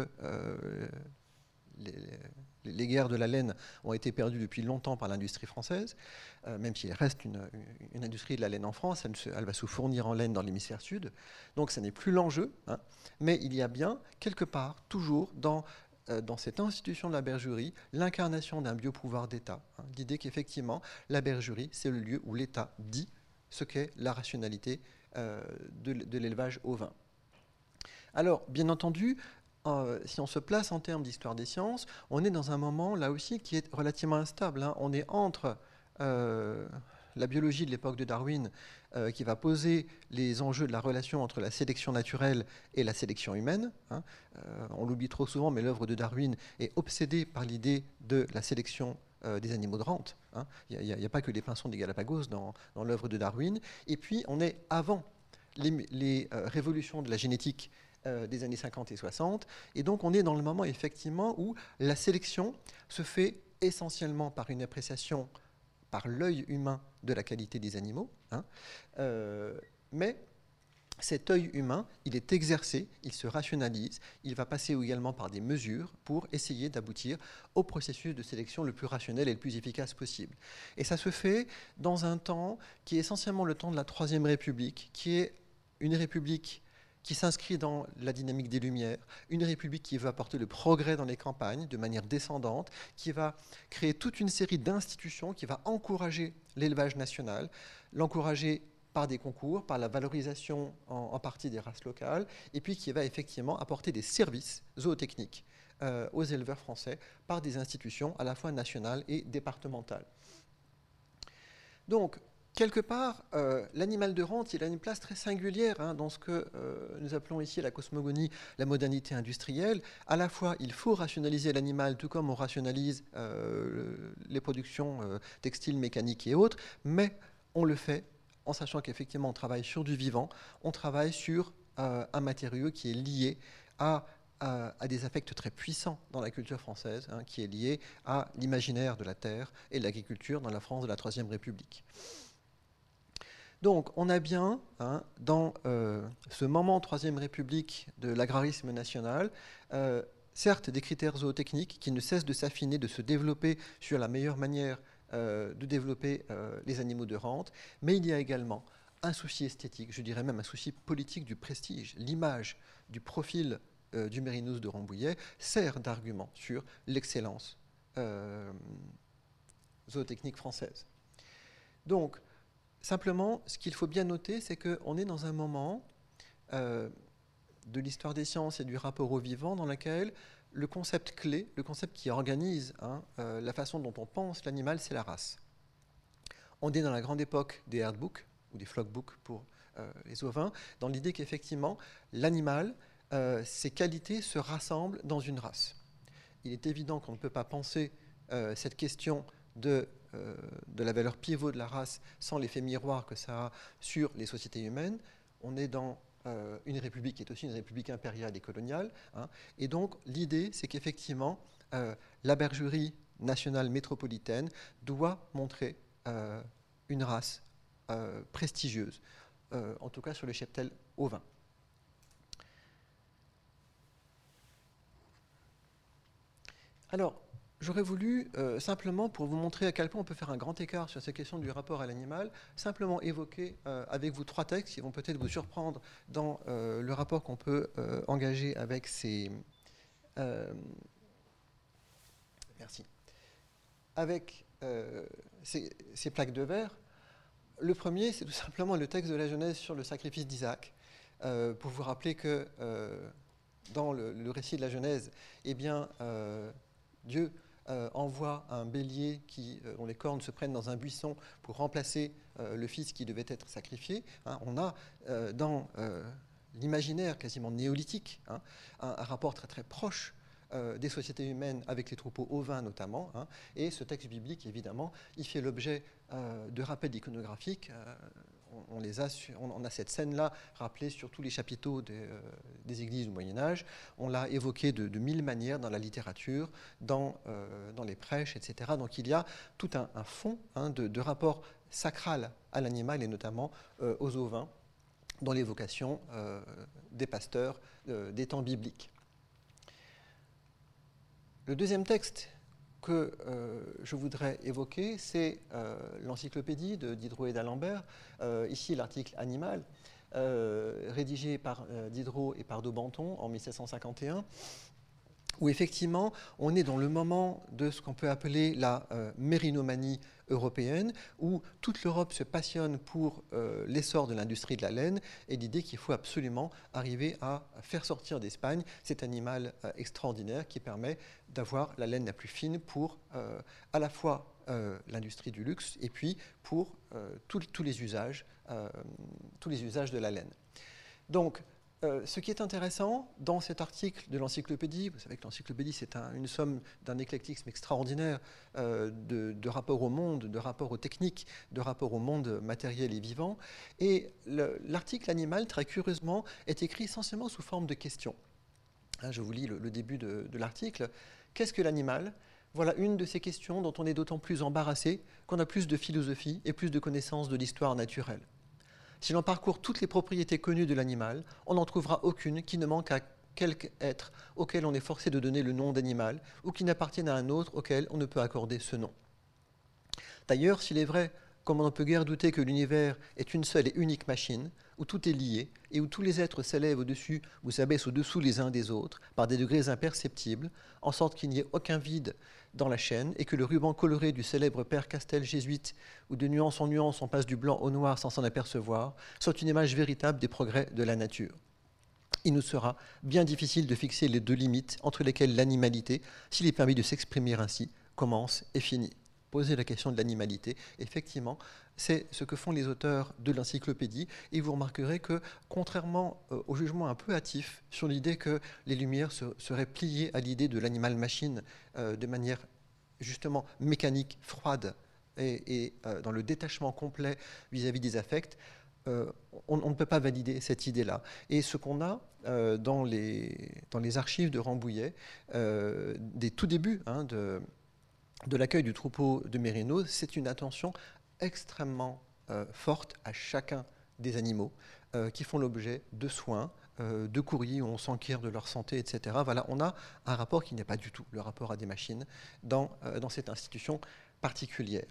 les guerres de la laine ont été perdues depuis longtemps par l'industrie française, même s'il reste une industrie de la laine en France, elle va se fournir en laine dans l'hémisphère sud, donc ce n'est plus l'enjeu, hein, mais il y a bien, quelque part, toujours dans cette institution de la bergerie, l'incarnation d'un biopouvoir d'État, hein, l'idée qu'effectivement, la bergerie, c'est le lieu où l'État dit ce qu'est la rationalité de l'élevage ovin. Alors, bien entendu, si on se place en termes d'histoire des sciences, on est dans un moment, là aussi, qui est relativement instable. Hein. On est entre la biologie de l'époque de Darwin, qui va poser les enjeux de la relation entre la sélection naturelle et la sélection humaine. Hein. On l'oublie trop souvent, mais l'œuvre de Darwin est obsédée par l'idée de la sélection des animaux de rente. Hein. Il n'y a pas que les pinsons des Galapagos dans l'œuvre de Darwin. Et puis, on est avant les révolutions de la génétique des années 50 et 60. Et donc, on est dans le moment, effectivement, où la sélection se fait essentiellement par une appréciation par l'œil humain de la qualité des animaux. Hein. Mais cet œil humain, il est exercé, il se rationalise, il va passer également par des mesures pour essayer d'aboutir au processus de sélection le plus rationnel et le plus efficace possible. Et ça se fait dans un temps qui est essentiellement le temps de la Troisième République, qui est une république qui s'inscrit dans la dynamique des Lumières, une république qui va apporter le progrès dans les campagnes de manière descendante, qui va créer toute une série d'institutions, qui va encourager l'élevage national, l'encourager par des concours, par la valorisation en partie des races locales, et puis qui va effectivement apporter des services zootechniques aux éleveurs français par des institutions à la fois nationales et départementales. Donc, quelque part, l'animal de rente, il a une place très singulière hein, dans ce que nous appelons ici la cosmogonie, la modernité industrielle. À la fois, il faut rationaliser l'animal, tout comme on rationalise les productions textiles, mécaniques et autres, mais on le fait en sachant qu'effectivement, on travaille sur du vivant, on travaille sur un matériau qui est lié à des affects très puissants dans la culture française, hein, qui est lié à l'imaginaire de la terre et de l'agriculture dans la France de la Troisième République. Donc, on a bien, hein, dans ce moment Troisième République de l'agrarisme national, certes des critères zootechniques qui ne cessent de s'affiner, de se développer sur la meilleure manière de développer les animaux de rente, mais il y a également un souci esthétique, je dirais même un souci politique du prestige. L'image du profil du mérinos de Rambouillet sert d'argument sur l'excellence zootechnique française. Donc, simplement, ce qu'il faut bien noter, c'est qu'on est dans un moment de l'histoire des sciences et du rapport au vivant dans lequel le concept clé, le concept qui organise la façon dont on pense l'animal, c'est la race. On est dans la grande époque des herdbooks, ou des flockbooks pour les ovins, dans l'idée qu'effectivement, l'animal, ses qualités se rassemblent dans une race. Il est évident qu'on ne peut pas penser cette question de la valeur pivot de la race sans l'effet miroir que ça a sur les sociétés humaines. On est dans une république qui est aussi une république impériale et coloniale. Et donc, l'idée, c'est qu'effectivement, la bergerie nationale métropolitaine doit montrer une race prestigieuse, en tout cas sur le cheptel ovin. Alors, j'aurais voulu, simplement, pour vous montrer à quel point on peut faire un grand écart sur ces questions du rapport à l'animal, simplement évoquer avec vous 3 textes qui vont peut-être vous surprendre dans le rapport qu'on peut engager avec ces... merci. Avec ces plaques de verre. Le premier, c'est tout simplement le texte de la Genèse sur le sacrifice d'Isaac, pour vous rappeler que dans le récit de la Genèse, eh bien, Dieu envoie un bélier dont les cornes se prennent dans un buisson pour remplacer le fils qui devait être sacrifié. On a dans l'imaginaire quasiment néolithique un rapport très très proche des sociétés humaines avec les troupeaux ovins notamment, et ce texte biblique, évidemment, il fait l'objet de rappels iconographiques. On a cette scène-là rappelée sur tous les chapiteaux des églises du Moyen-Âge. On l'a évoquée de 1000 manières dans la littérature, dans les prêches, etc. Donc il y a tout un fond de rapport sacral à l'animal et notamment aux ovins dans l'évocation des pasteurs des temps bibliques. Le deuxième texte que je voudrais évoquer, c'est l'encyclopédie de Diderot et d'Alembert, ici l'article Animal, rédigé par Diderot et par Daubenton en 1751, où effectivement on est dans le moment de ce qu'on peut appeler la mérinomanie européenne, où toute l'Europe se passionne pour l'essor de l'industrie de la laine et l'idée qu'il faut absolument arriver à faire sortir d'Espagne cet animal extraordinaire qui permet d'avoir la laine la plus fine pour à la fois l'industrie du luxe et puis pour tous les usages de la laine. Donc, ce qui est intéressant dans cet article de l'encyclopédie, vous savez que l'encyclopédie c'est une somme d'un éclectisme extraordinaire de rapport au monde, de rapport aux techniques, de rapport au monde matériel et vivant. Et l'article Animal, très curieusement, est écrit essentiellement sous forme de questions. Je vous lis le début de l'article. Qu'est-ce que l'animal ? Voilà une de ces questions dont on est d'autant plus embarrassé qu'on a plus de philosophie et plus de connaissances de l'histoire naturelle. Si l'on parcourt toutes les propriétés connues de l'animal, on n'en trouvera aucune qui ne manque à quelque être auquel on est forcé de donner le nom d'animal ou qui n'appartienne à un autre auquel on ne peut accorder ce nom. D'ailleurs, s'il est vrai, comme on ne peut guère douter que l'univers est une seule et unique machine, où tout est lié et où tous les êtres s'élèvent au-dessus ou s'abaissent au-dessous les uns des autres par des degrés imperceptibles, en sorte qu'il n'y ait aucun vide dans la chaîne et que le ruban coloré du célèbre père Castel jésuite, où de nuance en nuance on passe du blanc au noir sans s'en apercevoir, soit une image véritable des progrès de la nature. Il nous sera bien difficile de fixer les deux limites entre lesquelles l'animalité, s'il est permis de s'exprimer ainsi, commence et finit. Poser la question de l'animalité, effectivement, c'est ce que font les auteurs de l'encyclopédie, et vous remarquerez que, contrairement au jugement un peu hâtif sur l'idée que les Lumières seraient pliées à l'idée de l'animal-machine de manière justement mécanique, froide, et dans le détachement complet vis-à-vis des affects, on ne peut pas valider cette idée-là. Et ce qu'on a dans les archives de Rambouillet, des tout débuts de l'accueil du troupeau de mérinos, c'est une attention extrêmement forte à chacun des animaux qui font l'objet de soins, de courriers où on s'enquiert de leur santé, etc. Voilà, on a un rapport qui n'est pas du tout le rapport à des machines dans cette institution particulière.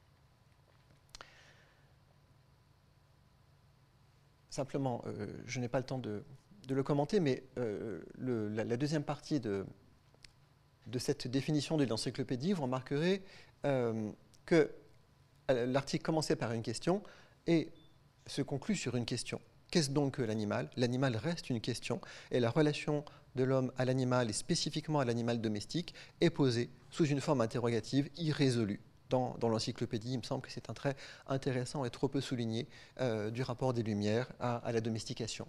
Simplement, je n'ai pas le temps de le commenter, mais la deuxième partie de cette définition de l'encyclopédie, vous remarquerez que l'article commençait par une question et se conclut sur une question. Qu'est-ce donc que l'animal ? L'animal reste une question et la relation de l'homme à l'animal et spécifiquement à l'animal domestique est posée sous une forme interrogative irrésolue. Dans l'encyclopédie, il me semble que c'est un trait intéressant et trop peu souligné du rapport des Lumières à la domestication.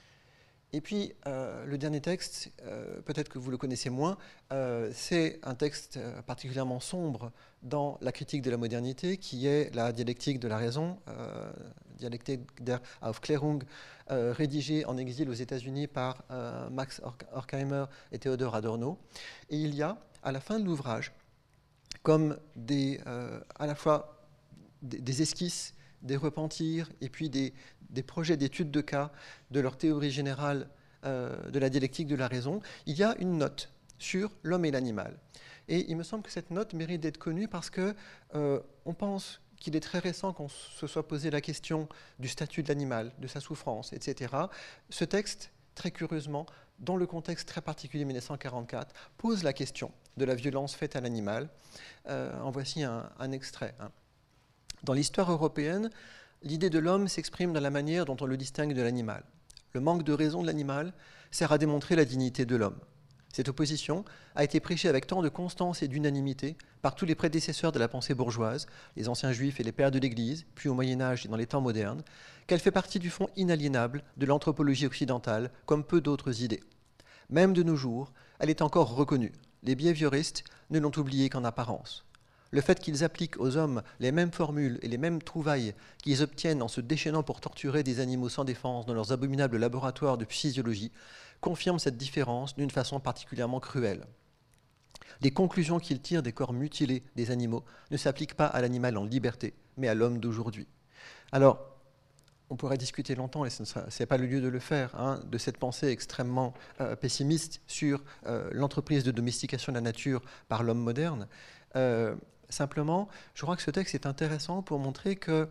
Et puis, le dernier texte, peut-être que vous le connaissez moins, c'est un texte particulièrement sombre dans la critique de la modernité, qui est la dialectique de la raison, Dialectik der Aufklärung, rédigée en exil aux États-Unis par Max Horkheimer et Theodor Adorno. Et il y a, à la fin de l'ouvrage, comme à la fois des esquisses, des repentirs et puis des projets d'études de cas de leur théorie générale de la dialectique de la raison, il y a une note sur l'homme et l'animal. Et il me semble que cette note mérite d'être connue parce qu'on pense qu'il est très récent qu'on se soit posé la question du statut de l'animal, de sa souffrance, etc. Ce texte, très curieusement, dans le contexte très particulier de 1944, pose la question de la violence faite à l'animal. En voici un extrait. Dans l'histoire européenne, l'idée de l'homme s'exprime dans la manière dont on le distingue de l'animal. Le manque de raison de l'animal sert à démontrer la dignité de l'homme. Cette opposition a été prêchée avec tant de constance et d'unanimité par tous les prédécesseurs de la pensée bourgeoise, les anciens juifs et les pères de l'Église, puis au Moyen-Âge et dans les temps modernes, qu'elle fait partie du fond inaliénable de l'anthropologie occidentale, comme peu d'autres idées. Même de nos jours, elle est encore reconnue. Les behavioristes ne l'ont oubliée qu'en apparence. Le fait qu'ils appliquent aux hommes les mêmes formules et les mêmes trouvailles qu'ils obtiennent en se déchaînant pour torturer des animaux sans défense dans leurs abominables laboratoires de physiologie confirme cette différence d'une façon particulièrement cruelle. Les conclusions qu'ils tirent des corps mutilés des animaux ne s'appliquent pas à l'animal en liberté, mais à l'homme d'aujourd'hui. Alors, on pourrait discuter longtemps, et ce n'est pas le lieu de le faire, de cette pensée extrêmement pessimiste sur l'entreprise de domestication de la nature par l'homme moderne. Simplement, je crois que ce texte est intéressant pour montrer que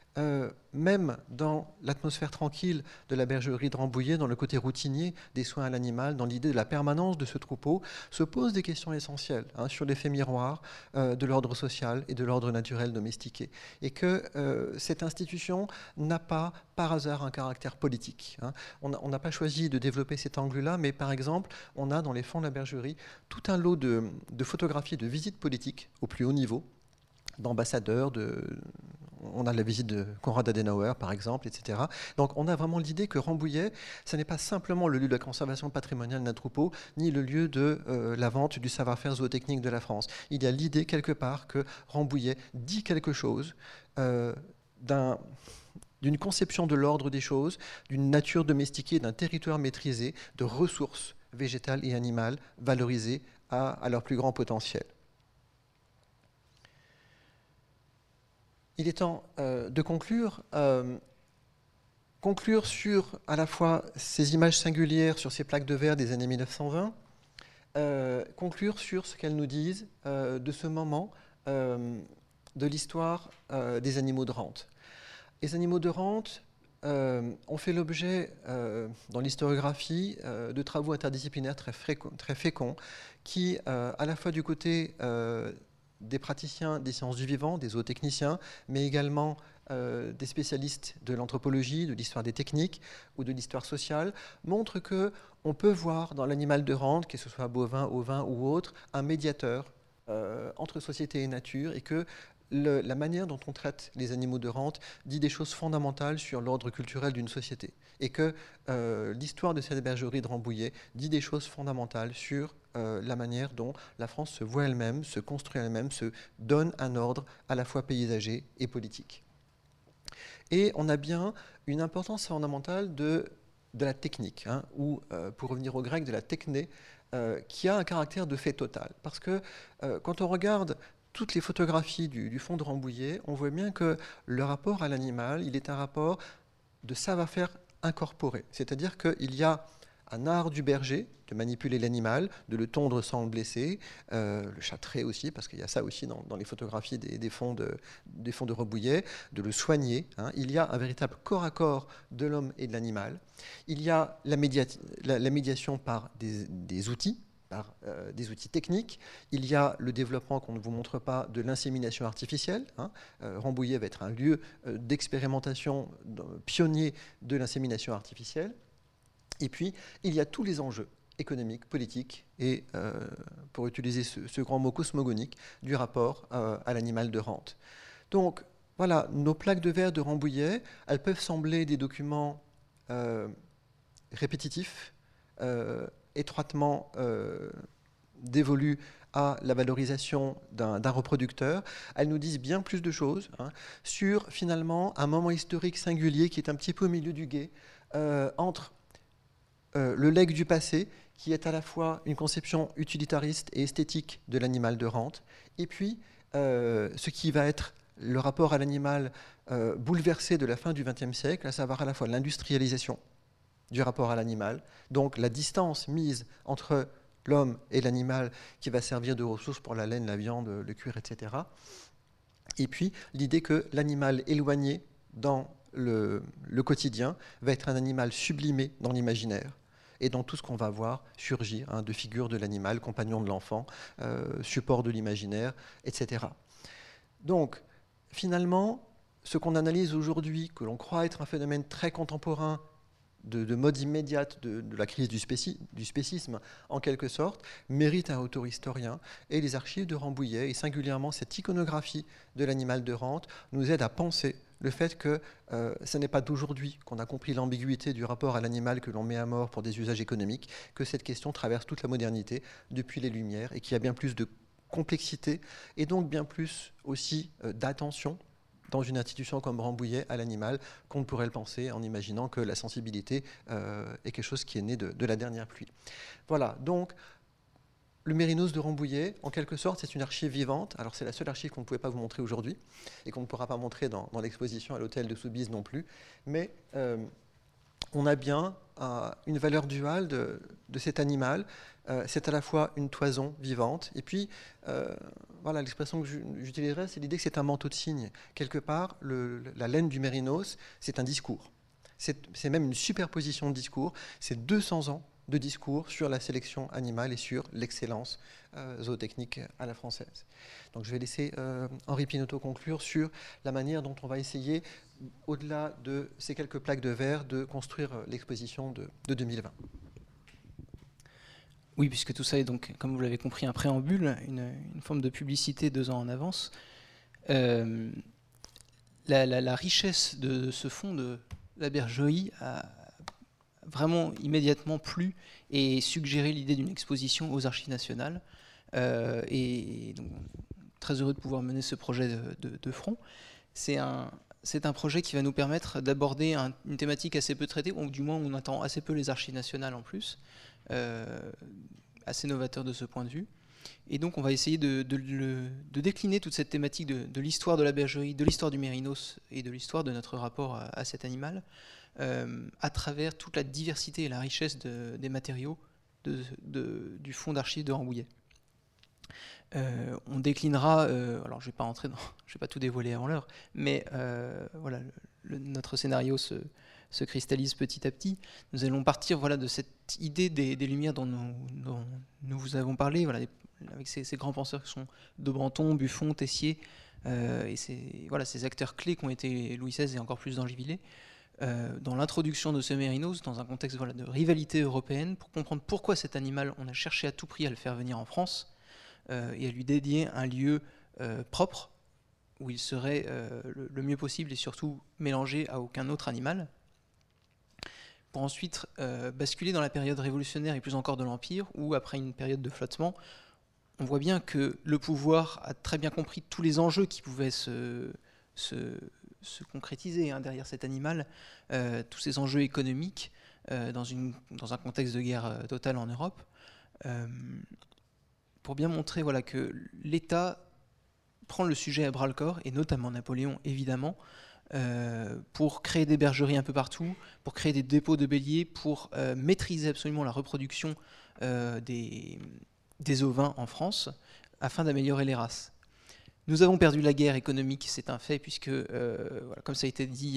même dans l'atmosphère tranquille de la bergerie de Rambouillet, dans le côté routinier des soins à l'animal, dans l'idée de la permanence de ce troupeau, se posent des questions essentielles sur l'effet miroir de l'ordre social et de l'ordre naturel domestiqué. Et que cette institution n'a pas, par hasard, un caractère politique. On n'a pas choisi de développer cet angle-là, mais par exemple, on a dans les fonds de la bergerie tout un lot de photographies de visites politiques au plus haut niveau, d'ambassadeurs, on a la visite de Konrad Adenauer, par exemple, etc. Donc on a vraiment l'idée que Rambouillet, ce n'est pas simplement le lieu de la conservation patrimoniale d'un troupeau, ni le lieu de la vente du savoir-faire zootechnique de la France. Il y a l'idée, quelque part, que Rambouillet dit quelque chose d'une conception de l'ordre des choses, d'une nature domestiquée, d'un territoire maîtrisé, de ressources végétales et animales valorisées à leur plus grand potentiel. Il est temps de conclure sur à la fois ces images singulières sur ces plaques de verre des années 1920, conclure sur ce qu'elles nous disent de ce moment de l'histoire des animaux de rente. Les animaux de rente ont fait l'objet dans l'historiographie de travaux interdisciplinaires très féconds qui, à la fois du côté des praticiens des sciences du vivant, des zootechniciens, mais également des spécialistes de l'anthropologie, de l'histoire des techniques ou de l'histoire sociale, montrent qu'on peut voir dans l'animal de rente, que ce soit bovin, ovin ou autre, un médiateur entre société et nature, et que la manière dont on traite les animaux de rente dit des choses fondamentales sur l'ordre culturel d'une société, et que l'histoire de cette bergerie de Rambouillet dit des choses fondamentales sur la manière dont la France se voit elle-même, se construit elle-même, se donne un ordre à la fois paysager et politique. Et on a bien une importance fondamentale de la technique, ou pour revenir au grec, de la techné, qui a un caractère de fait total. Parce que quand on regarde toutes les photographies du fond de Rambouillet, on voit bien que le rapport à l'animal, il est un rapport de savoir-faire incorporé. C'est-à-dire qu'il y a un art du berger de manipuler l'animal, de le tondre sans le blesser, le châtrer aussi, parce qu'il y a ça aussi dans les photographies des fonds de Rambouillet, de le soigner. Il y a un véritable corps à corps de l'homme et de l'animal. Il y a la médiation par des outils, des outils techniques. Il y a le développement, qu'on ne vous montre pas, de l'insémination artificielle. Rambouillet va être un lieu d'expérimentation pionnier de l'insémination artificielle. Et puis, il y a tous les enjeux économique, politique et, pour utiliser ce grand mot cosmogonique, du rapport à l'animal de rente. Donc, voilà, nos plaques de verre de Rambouillet, elles peuvent sembler des documents répétitifs, étroitement dévolus à la valorisation d'un reproducteur. Elles nous disent bien plus de choses sur, finalement, un moment historique singulier qui est un petit peu au milieu du gué, entre le legs du passé, qui est à la fois une conception utilitariste et esthétique de l'animal de rente, et puis ce qui va être le rapport à l'animal bouleversé de la fin du XXe siècle, à savoir à la fois l'industrialisation du rapport à l'animal, donc la distance mise entre l'homme et l'animal qui va servir de ressource pour la laine, la viande, le cuir, etc. Et puis l'idée que l'animal éloigné dans le quotidien va être un animal sublimé dans l'imaginaire et dans tout ce qu'on va voir surgir de figures de l'animal, compagnon de l'enfant, support de l'imaginaire, etc. Donc, finalement, ce qu'on analyse aujourd'hui, que l'on croit être un phénomène très contemporain, de mode immédiate de la crise du spécisme, en quelque sorte, mérite un auteur historien. Et les archives de Rambouillet, et singulièrement cette iconographie de l'animal de rente, nous aident à penser le fait que ce n'est pas d'aujourd'hui qu'on a compris l'ambiguïté du rapport à l'animal que l'on met à mort pour des usages économiques, que cette question traverse toute la modernité depuis les Lumières et qu'il y a bien plus de complexité et donc bien plus aussi d'attention dans une institution comme Rambouillet à l'animal qu'on ne pourrait le penser en imaginant que la sensibilité est quelque chose qui est né de la dernière pluie. Voilà, donc le Mérinos de Rambouillet, en quelque sorte, c'est une archive vivante. Alors c'est la seule archive qu'on ne pouvait pas vous montrer aujourd'hui et qu'on ne pourra pas montrer dans l'exposition à l'hôtel de Soubise non plus, mais on a bien une valeur duale de cet animal. C'est à la fois une toison vivante, et puis, voilà, l'expression que j'utiliserai, c'est l'idée que c'est un manteau de cygne. Quelque part, la laine du mérinos, c'est un discours. C'est même une superposition de discours. C'est 200 ans de discours sur la sélection animale et sur l'excellence zootechnique à la française. Donc je vais laisser Henri Pinoteau conclure sur la manière dont on va essayer, au-delà de ces quelques plaques de verre, de construire l'exposition de 2020. Oui, puisque tout ça est donc, comme vous l'avez compris, un préambule, une forme de publicité 2 ans en avance. La richesse de ce fonds de la bergerie a vraiment immédiatement plu et suggéré l'idée d'une exposition aux Archives nationales. Et donc, très heureux de pouvoir mener ce projet de front. C'est un projet qui va nous permettre d'aborder une thématique assez peu traitée, ou du moins on attend assez peu les Archives nationales en plus. Assez novateur de ce point de vue. Et donc on va essayer de décliner toute cette thématique de l'histoire de la bergerie, de l'histoire du mérinos et de l'histoire de notre rapport à cet animal à travers toute la diversité et la richesse des matériaux du fonds d'archives de Rambouillet. On déclinera, alors je ne vais pas tout dévoiler avant l'heure, mais voilà, notre scénario se cristallise petit à petit. Nous allons partir de cette idée des Lumières dont nous vous avons parlé, avec ces grands penseurs qui sont Dobranton, Buffon, Tessier, et ces acteurs clés qui ont été Louis XVI et encore plus d'Angivillers, dans l'introduction de ce mérinos, dans un contexte de rivalité européenne, pour comprendre pourquoi cet animal, on a cherché à tout prix à le faire venir en France, et à lui dédier un lieu propre, où il serait le mieux possible et surtout mélangé à aucun autre animal, pour ensuite basculer dans la période révolutionnaire et plus encore de l'Empire, où après une période de flottement, on voit bien que le pouvoir a très bien compris tous les enjeux qui pouvaient se concrétiser derrière cet animal, tous ces enjeux économiques dans un contexte de guerre totale en Europe, pour bien montrer que l'État prend le sujet à bras-le-corps, et notamment Napoléon évidemment, pour créer des bergeries un peu partout, pour créer des dépôts de béliers, pour maîtriser absolument la reproduction des ovins en France, afin d'améliorer les races. Nous avons perdu la guerre économique, c'est un fait, puisque, comme ça a été dit,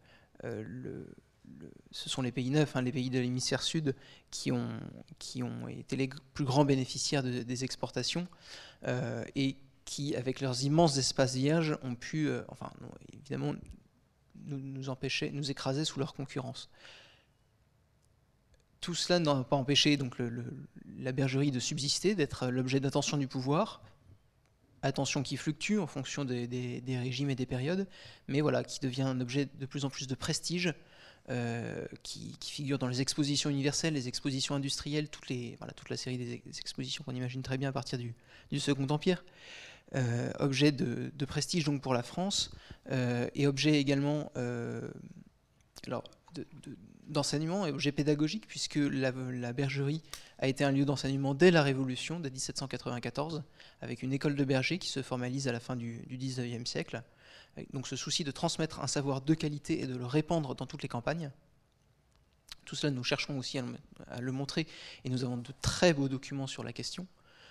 ce sont les pays neufs, les pays de l'hémisphère sud, qui ont été les plus grands bénéficiaires des exportations, et qui, avec leurs immenses espaces vierges, ont pu, évidemment, nous écraser sous leur concurrence. tout cela n'a pas empêché donc, la bergerie de subsister, d'être l'objet d'attention du pouvoir, attention qui fluctue en fonction des régimes et des périodes, mais voilà, qui devient un objet de plus en plus de prestige, qui figure dans les expositions universelles, les expositions industrielles, toute la série des expositions qu'on imagine très bien à partir du Second Empire. Objet de prestige donc pour la France, et objet également d'enseignement et objet pédagogique, puisque la bergerie a été un lieu d'enseignement dès la Révolution, dès 1794, avec une école de bergers qui se formalise à la fin du XIXe siècle. Donc ce souci de transmettre un savoir de qualité et de le répandre dans toutes les campagnes. Tout cela, nous cherchons aussi à le montrer, et nous avons de très beaux documents sur la question.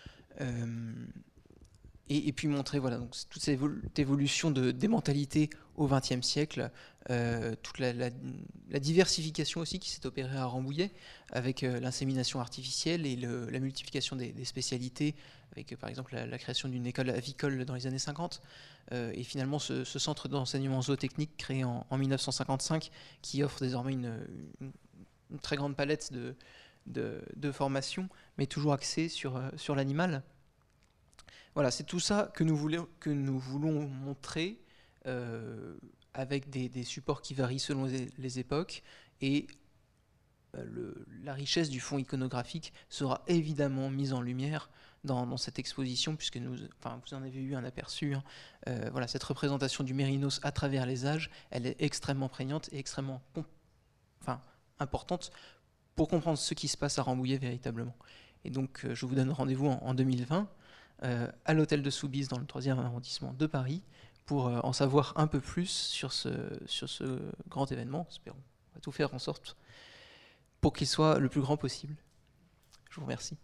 Et puis montrer voilà, donc, toute cette évolution des mentalités au XXe siècle, toute la diversification aussi qui s'est opérée à Rambouillet, avec l'insémination artificielle et la multiplication des spécialités, avec par exemple la création d'une école avicole dans les années 50, et finalement ce centre d'enseignement zootechnique créé en 1955, qui offre désormais une très grande palette de formations, mais toujours axée sur l'animal. Voilà, c'est tout ça que nous voulons montrer avec des supports qui varient selon les époques, et la richesse du fond iconographique sera évidemment mise en lumière dans cette exposition, puisque vous en avez eu un aperçu. Voilà, cette représentation du mérinos à travers les âges, elle est extrêmement prégnante et extrêmement importante pour comprendre ce qui se passe à Rambouillet véritablement. Et donc, je vous donne rendez-vous en 2020. À l'hôtel de Soubise dans le 3e arrondissement de Paris pour en savoir un peu plus sur ce grand événement. Espérons. On va tout faire en sorte pour qu'il soit le plus grand possible. Je vous remercie.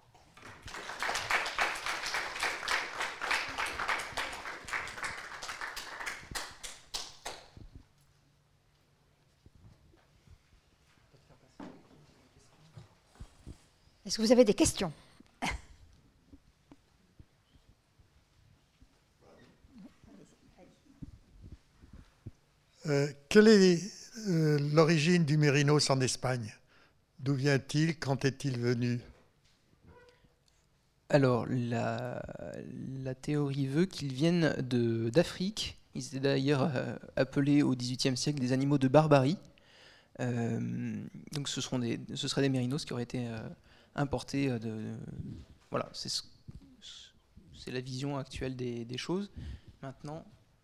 Est-ce que vous avez des questions ? Quelle est l'origine du mérinos en Espagne? D'où vient-il? Quand est-il venu? Alors, la théorie veut qu'ils viennent d'Afrique. Ils étaient d'ailleurs appelés au XVIIIe siècle des animaux de barbarie. Donc ce seraient des mérinos qui auraient été importés voilà, c'est la vision actuelle des choses. Maintenant...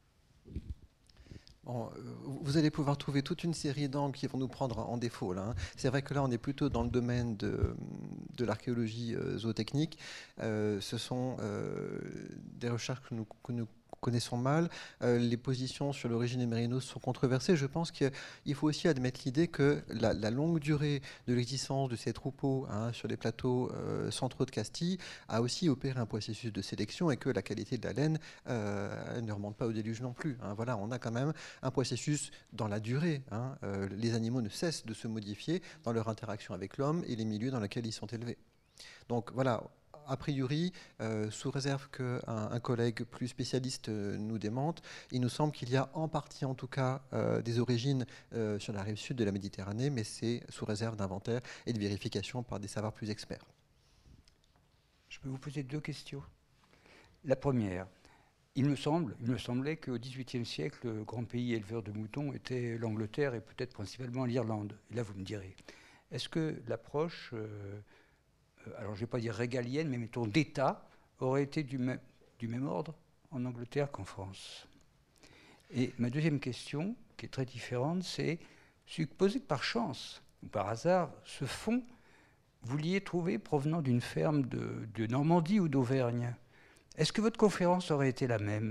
Bon, vous allez pouvoir trouver toute une série d'angles qui vont nous prendre en défaut, là, hein. C'est vrai que là, on est plutôt dans le domaine de l'archéologie zootechnique. Ce sont des recherches que nous connaissons mal. Les positions sur l'origine des mérinos sont controversées. Je pense qu'il faut aussi admettre l'idée que la longue durée de l'existence de ces troupeaux, hein, sur les plateaux centraux de Castille a aussi opéré un processus de sélection, et que la qualité de la laine ne remonte pas au déluge non plus, hein. Voilà, on a quand même un processus dans la durée, hein. Les animaux ne cessent de se modifier dans leur interaction avec l'homme et les milieux dans lesquels ils sont élevés. Donc voilà, a priori, sous réserve qu'un collègue plus spécialiste nous démente, il nous semble qu'il y a en partie, en tout cas, des origines sur la rive sud de la Méditerranée, mais c'est sous réserve d'inventaire et de vérification par des savoirs plus experts. Je peux vous poser 2 questions. La première, il me semblait qu'au XVIIIe siècle, le grand pays éleveur de moutons était l'Angleterre et peut-être principalement l'Irlande. Et là, vous me direz, est-ce que l'approche... alors je ne vais pas dire régalienne, mais mettons d'État, aurait été du même ordre en Angleterre qu'en France. Et ma deuxième question, qui est très différente, c'est, supposez que par chance, ou par hasard, ce fonds, vous l'ayez trouvé provenant d'une ferme de Normandie ou d'Auvergne. Est-ce que votre conférence aurait été la même ?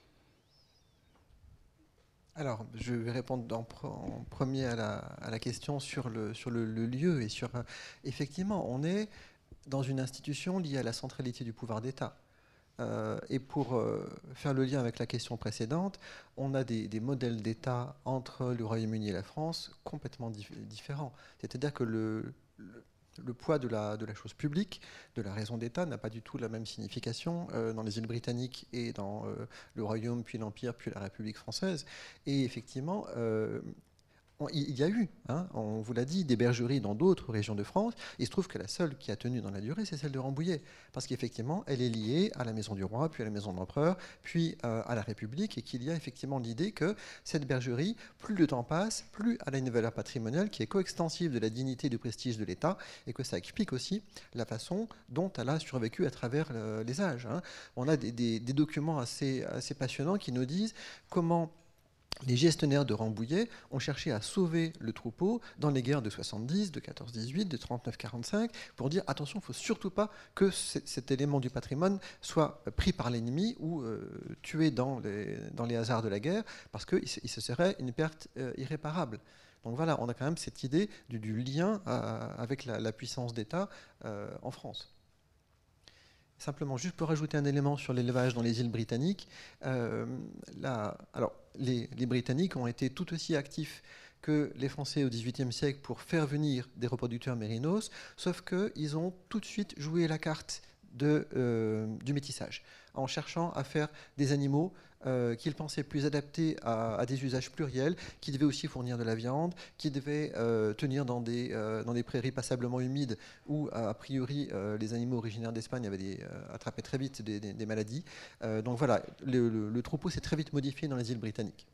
Alors, je vais répondre en premier à la question sur le lieu et sur... effectivement, on est dans une institution liée à la centralité du pouvoir d'État. Et pour faire le lien avec la question précédente, on a des modèles d'État entre le Royaume-Uni et la France complètement différents. C'est-à-dire que le poids de la chose publique, de la raison d'État, n'a pas du tout la même signification dans les îles britanniques et dans le Royaume, puis l'Empire, puis la République française. Et effectivement, Il y a eu, hein, on vous l'a dit, des bergeries dans d'autres régions de France. Il se trouve que la seule qui a tenu dans la durée, c'est celle de Rambouillet. Parce qu'effectivement, elle est liée à la maison du roi, puis à la maison de l'empereur, puis à la République, et qu'il y a effectivement l'idée que cette bergerie, plus le temps passe, plus elle a une valeur patrimoniale qui est coextensive de la dignité et du prestige de l'État, et que ça explique aussi la façon dont elle a survécu à travers les âges. Hein. On a des documents assez passionnants qui nous disent comment les gestionnaires de Rambouillet ont cherché à sauver le troupeau dans les guerres de 70, de 14-18, de 39-45, pour dire attention, il ne faut surtout pas que cet élément du patrimoine soit pris par l'ennemi ou tué dans les hasards de la guerre, parce qu'il se serait une perte irréparable. Donc voilà, on a quand même cette idée du lien avec la puissance d'État en France. Simplement, juste pour rajouter un élément sur l'élevage dans les îles britanniques, alors, les Britanniques ont été tout aussi actifs que les Français au XVIIIe siècle pour faire venir des reproducteurs mérinos, sauf qu'ils ont tout de suite joué la carte du métissage, en cherchant à faire des animaux qu'ils pensaient plus adaptés à des usages pluriels, qui devaient aussi fournir de la viande, qui devaient tenir dans des prairies passablement humides où, a priori, les animaux originaires d'Espagne avaient attrapé très vite des maladies. Donc voilà, le troupeau s'est très vite modifié dans les îles britanniques.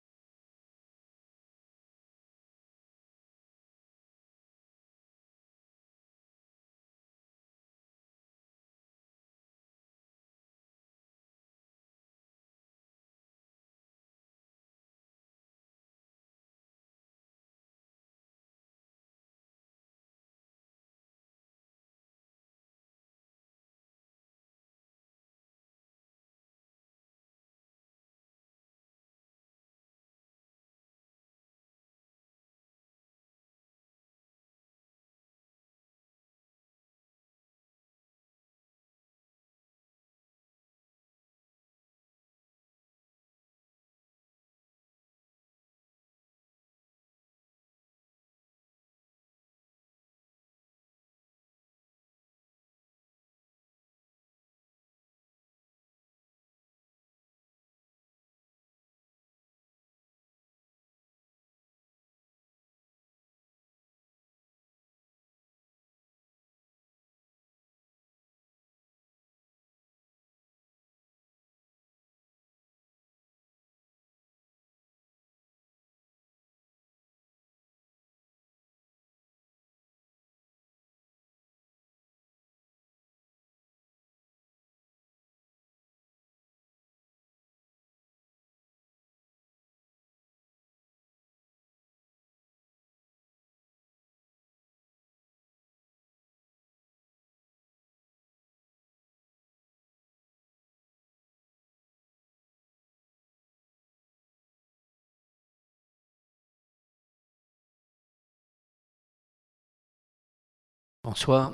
Bonsoir.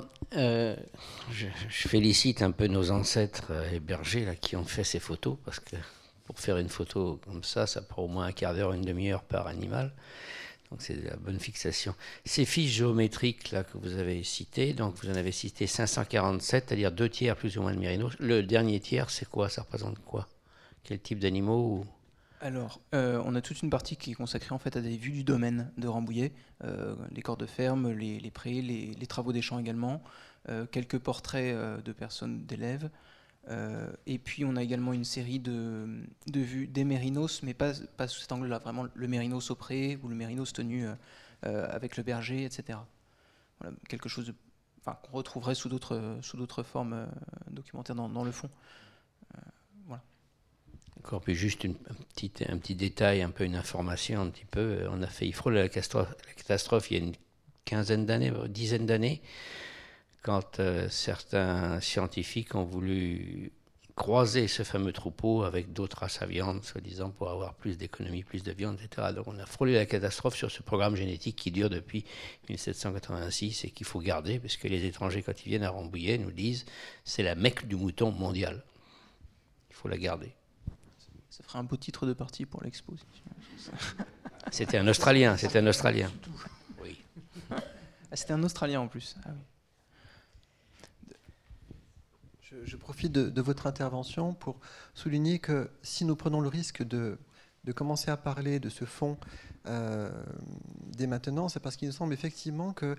Je félicite un peu nos ancêtres et bergers là, qui ont fait ces photos, parce que pour faire une photo comme ça prend au moins un quart d'heure, une demi-heure par animal. Donc c'est de la bonne fixation. Ces fiches géométriques là, que vous avez citées, donc vous en avez cité 547, c'est-à-dire 2 tiers plus ou moins de mérinos. Le dernier tiers, c'est quoi? Ça représente quoi? Quel type d'animaux? Alors, on a toute une partie qui est consacrée en fait à des vues du domaine de Rambouillet, les corps de ferme, les prés, les travaux des champs également, quelques portraits de personnes, d'élèves, et puis on a également une série de vues des mérinos, mais pas sous cet angle-là, vraiment le mérinos au pré ou le mérinos tenu avec le berger, etc. Voilà, quelque chose qu'on retrouverait sous d'autres formes documentaires dans le fond. D'accord, puis juste un petit détail, un peu une information, un petit peu. On a failli frôler la catastrophe il y a une quinzaine d'années, dizaine d'années, quand certains scientifiques ont voulu croiser ce fameux troupeau avec d'autres races à viande, soi-disant pour avoir plus d'économie, plus de viande, etc. Donc on a frôlé la catastrophe sur ce programme génétique qui dure depuis 1786 et qu'il faut garder, parce que les étrangers, quand ils viennent à Rambouillet, nous disent c'est la Mecque du mouton mondial. Il faut la garder. Ça ferait un beau titre de partie pour l'expo. C'était un Australien, c'était un Australien. Oui. Ah, c'était un Australien en plus. Ah, oui. Je profite de votre intervention pour souligner que si nous prenons le risque de de commencer à parler de ce fonds dès maintenant, c'est parce qu'il nous semble effectivement que,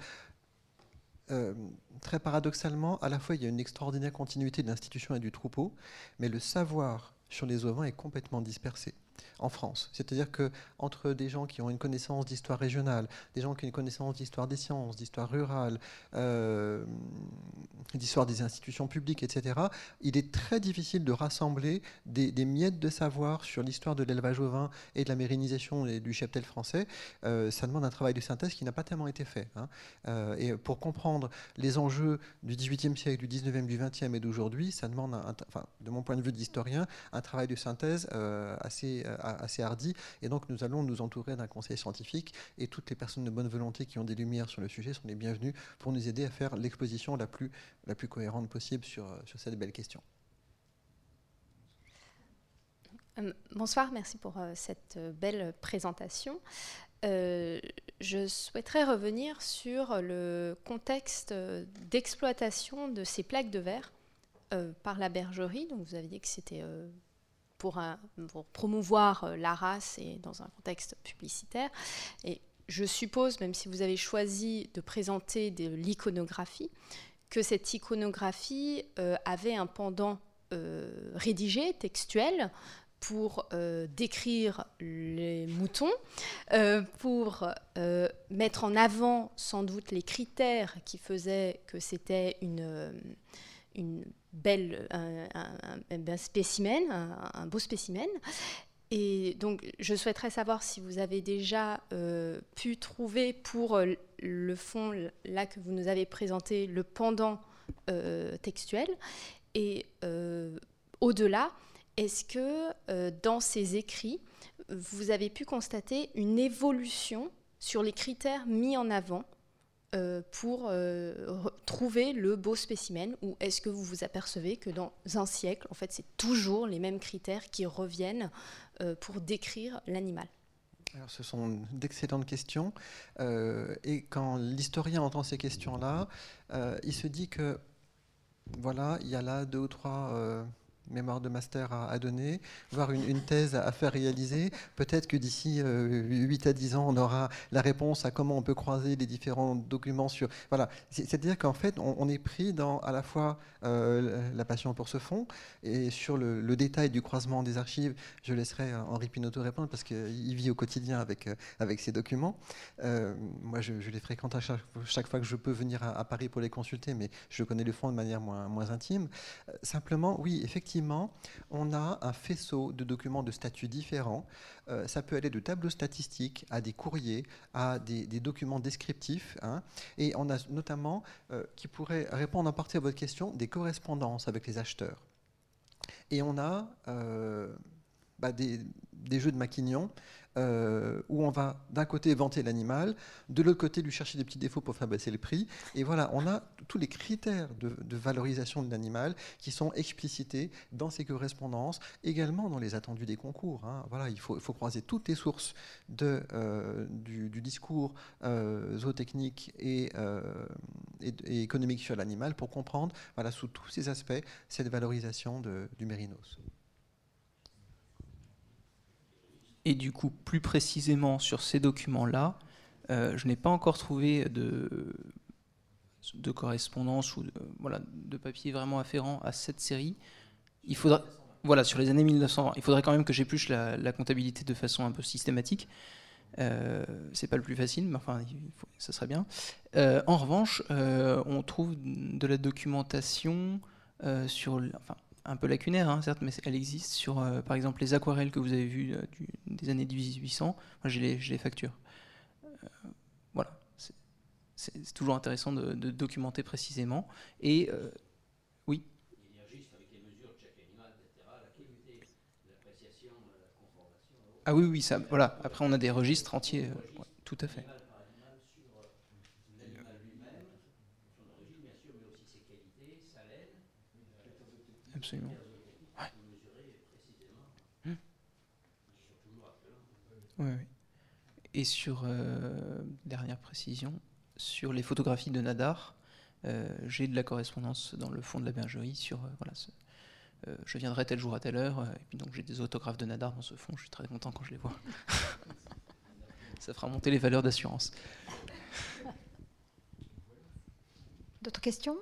très paradoxalement, à la fois il y a une extraordinaire continuité de l'institution et du troupeau, mais le savoir sur les ovins est complètement dispersé en France. C'est-à-dire qu'entre des gens qui ont une connaissance d'histoire régionale, des gens qui ont une connaissance d'histoire des sciences, d'histoire rurale, d'histoire des institutions publiques, etc., il est très difficile de rassembler des miettes de savoir sur l'histoire de l'élevage ovin et de la mérinisation et du cheptel français. Ça demande un travail de synthèse qui n'a pas tellement été fait. Et pour comprendre les enjeux du XVIIIe siècle, du XIXe, du XXe et d'aujourd'hui, ça demande, de mon point de vue d'historien, un travail de synthèse assez hardi. Et donc nous allons nous entourer d'un conseil scientifique, et toutes les personnes de bonne volonté qui ont des lumières sur le sujet sont les bienvenues pour nous aider à faire l'exposition la plus cohérente possible sur cette belle question. Bonsoir, merci pour cette belle présentation. Je souhaiterais revenir sur le contexte d'exploitation de ces plaques de verre par la bergerie. Donc vous avez dit que c'était pour promouvoir la race et dans un contexte publicitaire. Et je suppose, même si vous avez choisi de présenter de l'iconographie, que cette iconographie avait un pendant rédigé, textuel, pour décrire les moutons, pour mettre en avant sans doute les critères qui faisaient que c'était un spécimen, un beau spécimen. Et donc, je souhaiterais savoir si vous avez déjà pu trouver pour le fond, là que vous nous avez présenté, le pendant textuel. Et au-delà, est-ce que dans ces écrits, vous avez pu constater une évolution sur les critères mis en avant pour trouver le beau spécimen, ou est-ce que vous vous apercevez que dans un siècle, en fait, c'est toujours les mêmes critères qui reviennent pour décrire l'animal? Alors, ce sont d'excellentes questions. Et quand l'historien entend ces questions-là, il se dit que, voilà, il y a là 2 ou 3... mémoire de master à donner, voire une thèse à faire réaliser. Peut-être que d'ici 8 à 10 ans, on aura la réponse à comment on peut croiser les différents documents sur... Voilà. C'est-à-dire qu'en fait, on est pris dans à la fois la passion pour ce fonds, et sur le détail du croisement des archives, je laisserai Henri Pinoteau répondre, parce qu'il vit au quotidien avec ces documents. Moi, je les fréquente à chaque fois que je peux venir à Paris pour les consulter, mais je connais le fonds de manière moins intime. Simplement, oui, effectivement, on a un faisceau de documents de statuts différents. Ça peut aller de tableaux statistiques à des courriers, à des documents descriptifs. Et on a notamment, qui pourrait répondre en partie à votre question, des correspondances avec les acheteurs. Et on a des jeux de maquignons où on va d'un côté vanter l'animal, de l'autre côté lui chercher des petits défauts pour faire baisser le prix. Et voilà, on a tous les critères de valorisation de l'animal qui sont explicités dans ces correspondances, également dans les attendus des concours. Voilà, il faut croiser toutes les sources du discours zootechnique et économique sur l'animal pour comprendre, voilà, sous tous ces aspects, cette valorisation du mérinos. Et du coup, plus précisément sur ces documents-là, je n'ai pas encore trouvé de correspondance ou de papier vraiment afférent à cette série. Il faudra, sur les années 1920, il faudrait quand même que j'épluche la comptabilité de façon un peu systématique. C'est pas le plus facile, mais enfin, ça serait bien. En revanche, on trouve de la documentation sur... un peu lacunaire, certes, mais elle existe sur, par exemple, les aquarelles que vous avez vues des années 1800. Moi, j'ai les factures. Voilà. C'est toujours intéressant de documenter précisément. Et, oui. Il y a juste avec les mesures de chaque animal, etc., la qualité, l'appréciation, la conformation. Ah oui, ça, voilà. Après, on a des registres entiers. Ouais, tout à fait. Absolument. Ouais. Oui. Et sur, dernière précision, sur les photographies de Nadar, j'ai de la correspondance dans le fond de la bergerie sur je viendrai tel jour à telle heure, et puis donc j'ai des autographes de Nadar dans ce fond, je suis très content quand je les vois. Ça fera monter les valeurs d'assurance. D'autres questions?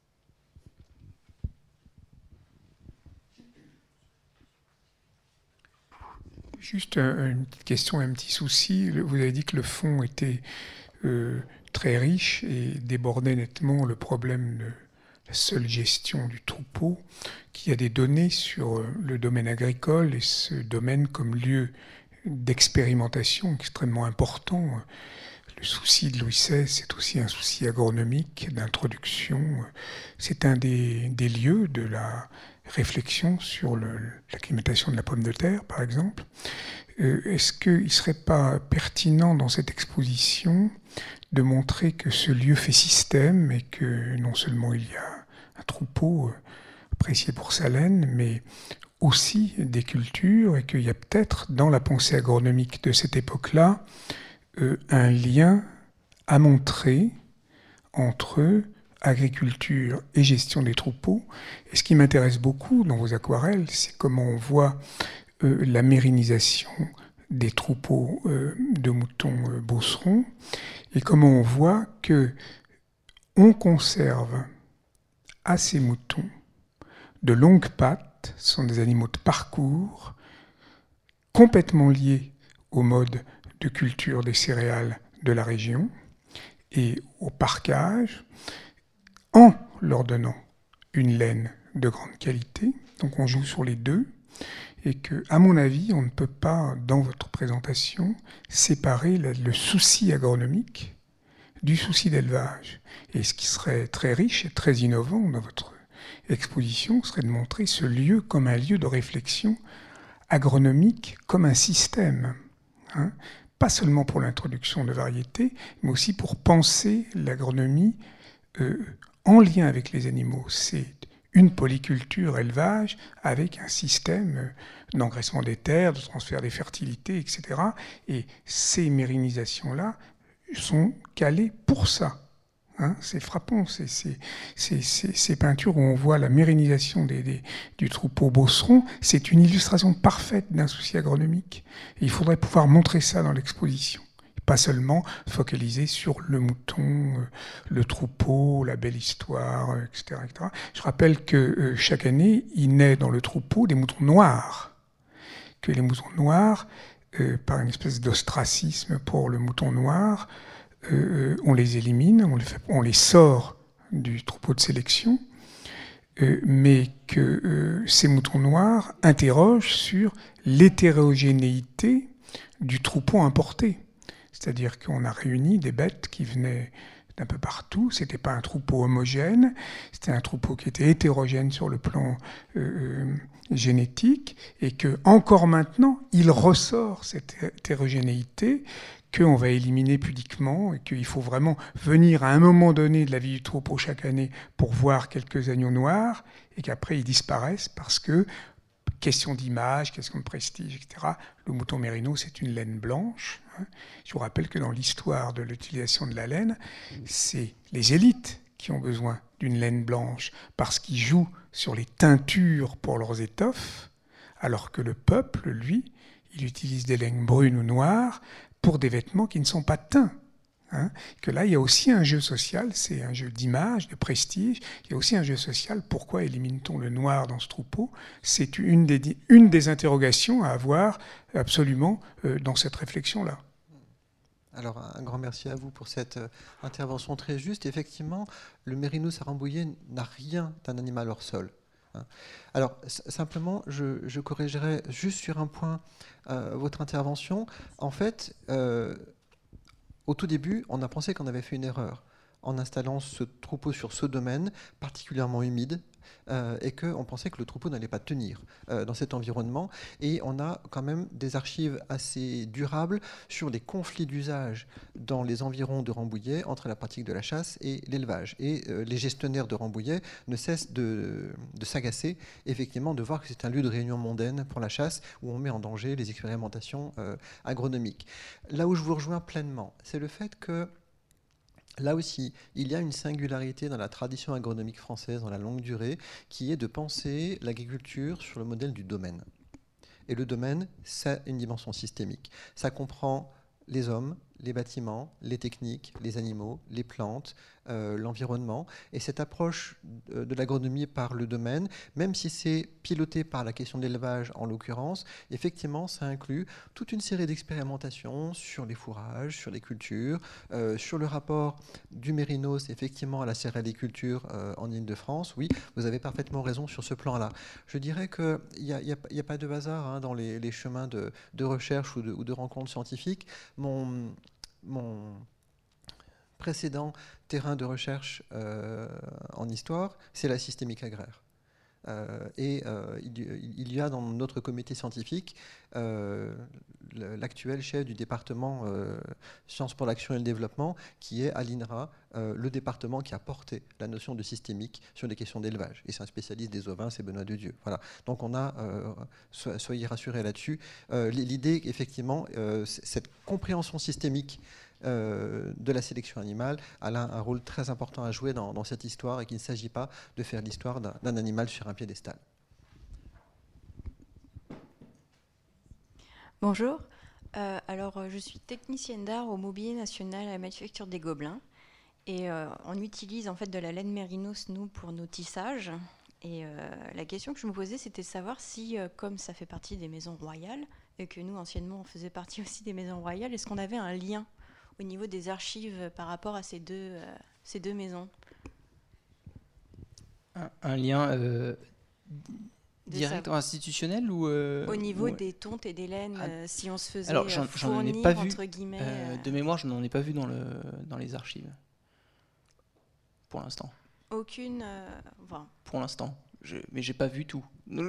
Juste une petite question, un petit souci. Vous avez dit que le fond était très riche et débordait nettement le problème de la seule gestion du troupeau, qu'il y a des données sur le domaine agricole et ce domaine comme lieu d'expérimentation extrêmement important. Le souci de Louis XVI, c'est aussi un souci agronomique, d'introduction. C'est un des lieux de la réflexion sur l'acclimatation de la pomme de terre, par exemple. Est-ce qu'il ne serait pas pertinent dans cette exposition de montrer que ce lieu fait système et que non seulement il y a un troupeau apprécié pour sa laine, mais aussi des cultures, et qu'il y a peut-être dans la pensée agronomique de cette époque-là un lien à montrer entre agriculture et gestion des troupeaux. Et ce qui m'intéresse beaucoup dans vos aquarelles, c'est comment on voit la mérinisation des troupeaux de moutons beaucerons, et comment on voit que on conserve à ces moutons de longues pattes, ce sont des animaux de parcours, complètement liés au mode de culture des céréales de la région et au parcage, en leur donnant une laine de grande qualité. Donc on joue sur les deux, et que, à mon avis, on ne peut pas, dans votre présentation, séparer le souci agronomique du souci d'élevage. Et ce qui serait très riche et très innovant dans votre exposition serait de montrer ce lieu comme un lieu de réflexion agronomique, comme un système. Pas seulement pour l'introduction de variétés, mais aussi pour penser l'agronomie en lien avec les animaux. C'est une polyculture élevage avec un système d'engraissement des terres, de transfert des fertilités, etc. Et ces mérinisations-là sont calées pour ça. C'est frappant, ces peintures où on voit la mérinisation du troupeau beauceron, c'est une illustration parfaite d'un souci agronomique. Et il faudrait pouvoir montrer ça dans l'exposition. Pas seulement focaliser sur le mouton, le troupeau, la belle histoire, etc., etc. Je rappelle que chaque année, il naît dans le troupeau des moutons noirs. Que les moutons noirs, par une espèce d'ostracisme pour le mouton noir, on les élimine, on les sort du troupeau de sélection, mais que ces moutons noirs interrogent sur l'hétérogénéité du troupeau importé. C'est-à-dire qu'on a réuni des bêtes qui venaient d'un peu partout. Ce n'était pas un troupeau homogène, c'était un troupeau qui était hétérogène sur le plan génétique, et que encore maintenant, il ressort cette hétérogénéité qu'on va éliminer pudiquement, et qu'il faut vraiment venir à un moment donné de la vie du troupeau chaque année pour voir quelques agneaux noirs, et qu'après ils disparaissent parce que, question d'image, question de prestige, etc., le mouton mérino, c'est une laine blanche. Je vous rappelle que dans l'histoire de l'utilisation de la laine, c'est les élites qui ont besoin d'une laine blanche parce qu'ils jouent sur les teintures pour leurs étoffes, alors que le peuple, lui, il utilise des laines brunes ou noires pour des vêtements qui ne sont pas teints. Que là, il y a aussi un jeu social, c'est un jeu d'image, de prestige. Il y a aussi un jeu social. Pourquoi élimine-t-on le noir dans ce troupeau? C'est une des interrogations à avoir absolument dans cette réflexion-là. Alors, un grand merci à vous pour cette intervention très juste. Effectivement, le Mérinos à Rambouillet n'a rien d'un animal hors sol. Alors, simplement, je corrigerai juste sur un point votre intervention. En fait, au tout début, on a pensé qu'on avait fait une erreur en installant ce troupeau sur ce domaine particulièrement humide, et qu'on pensait que le troupeau n'allait pas tenir dans cet environnement. Et on a quand même des archives assez durables sur les conflits d'usage dans les environs de Rambouillet entre la pratique de la chasse et l'élevage. Et les gestionnaires de Rambouillet ne cessent de s'agacer, effectivement, de voir que c'est un lieu de réunion mondaine pour la chasse où on met en danger les expérimentations agronomiques. Là où je vous rejoins pleinement, c'est le fait que Là aussi, il y a une singularité dans la tradition agronomique française, dans la longue durée, qui est de penser l'agriculture sur le modèle du domaine. Et le domaine, c'est une dimension systémique. Ça comprend les hommes, les bâtiments, les techniques, les animaux, les plantes, l'environnement. Et cette approche de l'agronomie par le domaine, même si c'est piloté par la question de l'élevage en l'occurrence, effectivement, ça inclut toute une série d'expérimentations sur les fourrages, sur les cultures, sur le rapport du mérinos effectivement à la céréaliculture en Île-de-France. Oui, vous avez parfaitement raison sur ce plan-là. Je dirais qu'il n'y a pas de hasard hein, dans les chemins de recherche ou de rencontres scientifiques. Mon précédent terrain de recherche en histoire, c'est la systémique agraire. Il y a dans notre comité scientifique l'actuel chef du département Sciences pour l'action et le développement, qui est à l'INRA, le département qui a porté la notion de systémique sur des questions d'élevage. Et c'est un spécialiste des ovins, c'est Benoît Dedieu. Voilà. Donc on a, soyez rassurés là-dessus, l'idée effectivement, cette compréhension systémique de la sélection animale a un rôle très important à jouer dans cette histoire et qu'il ne s'agit pas de faire l'histoire d'un animal sur un piédestal. Bonjour, alors je suis technicienne d'art au Mobilier National à la Manufacture des Gobelins et on utilise en fait de la laine mérinos nous pour nos tissages et la question que je me posais c'était de savoir si comme ça fait partie des maisons royales et que nous anciennement on faisait partie aussi des maisons royales, est-ce qu'on avait un lien au niveau des archives par rapport à ces deux maisons? Un lien direct ou institutionnel ou au niveau des tontes et des laines, si on se faisait alors, j'en fournir, ai pas vu, entre guillemets... de mémoire, je n'en ai pas vu dans les archives. Pour l'instant. Aucune... Pour l'instant. Mais j'ai pas vu tout.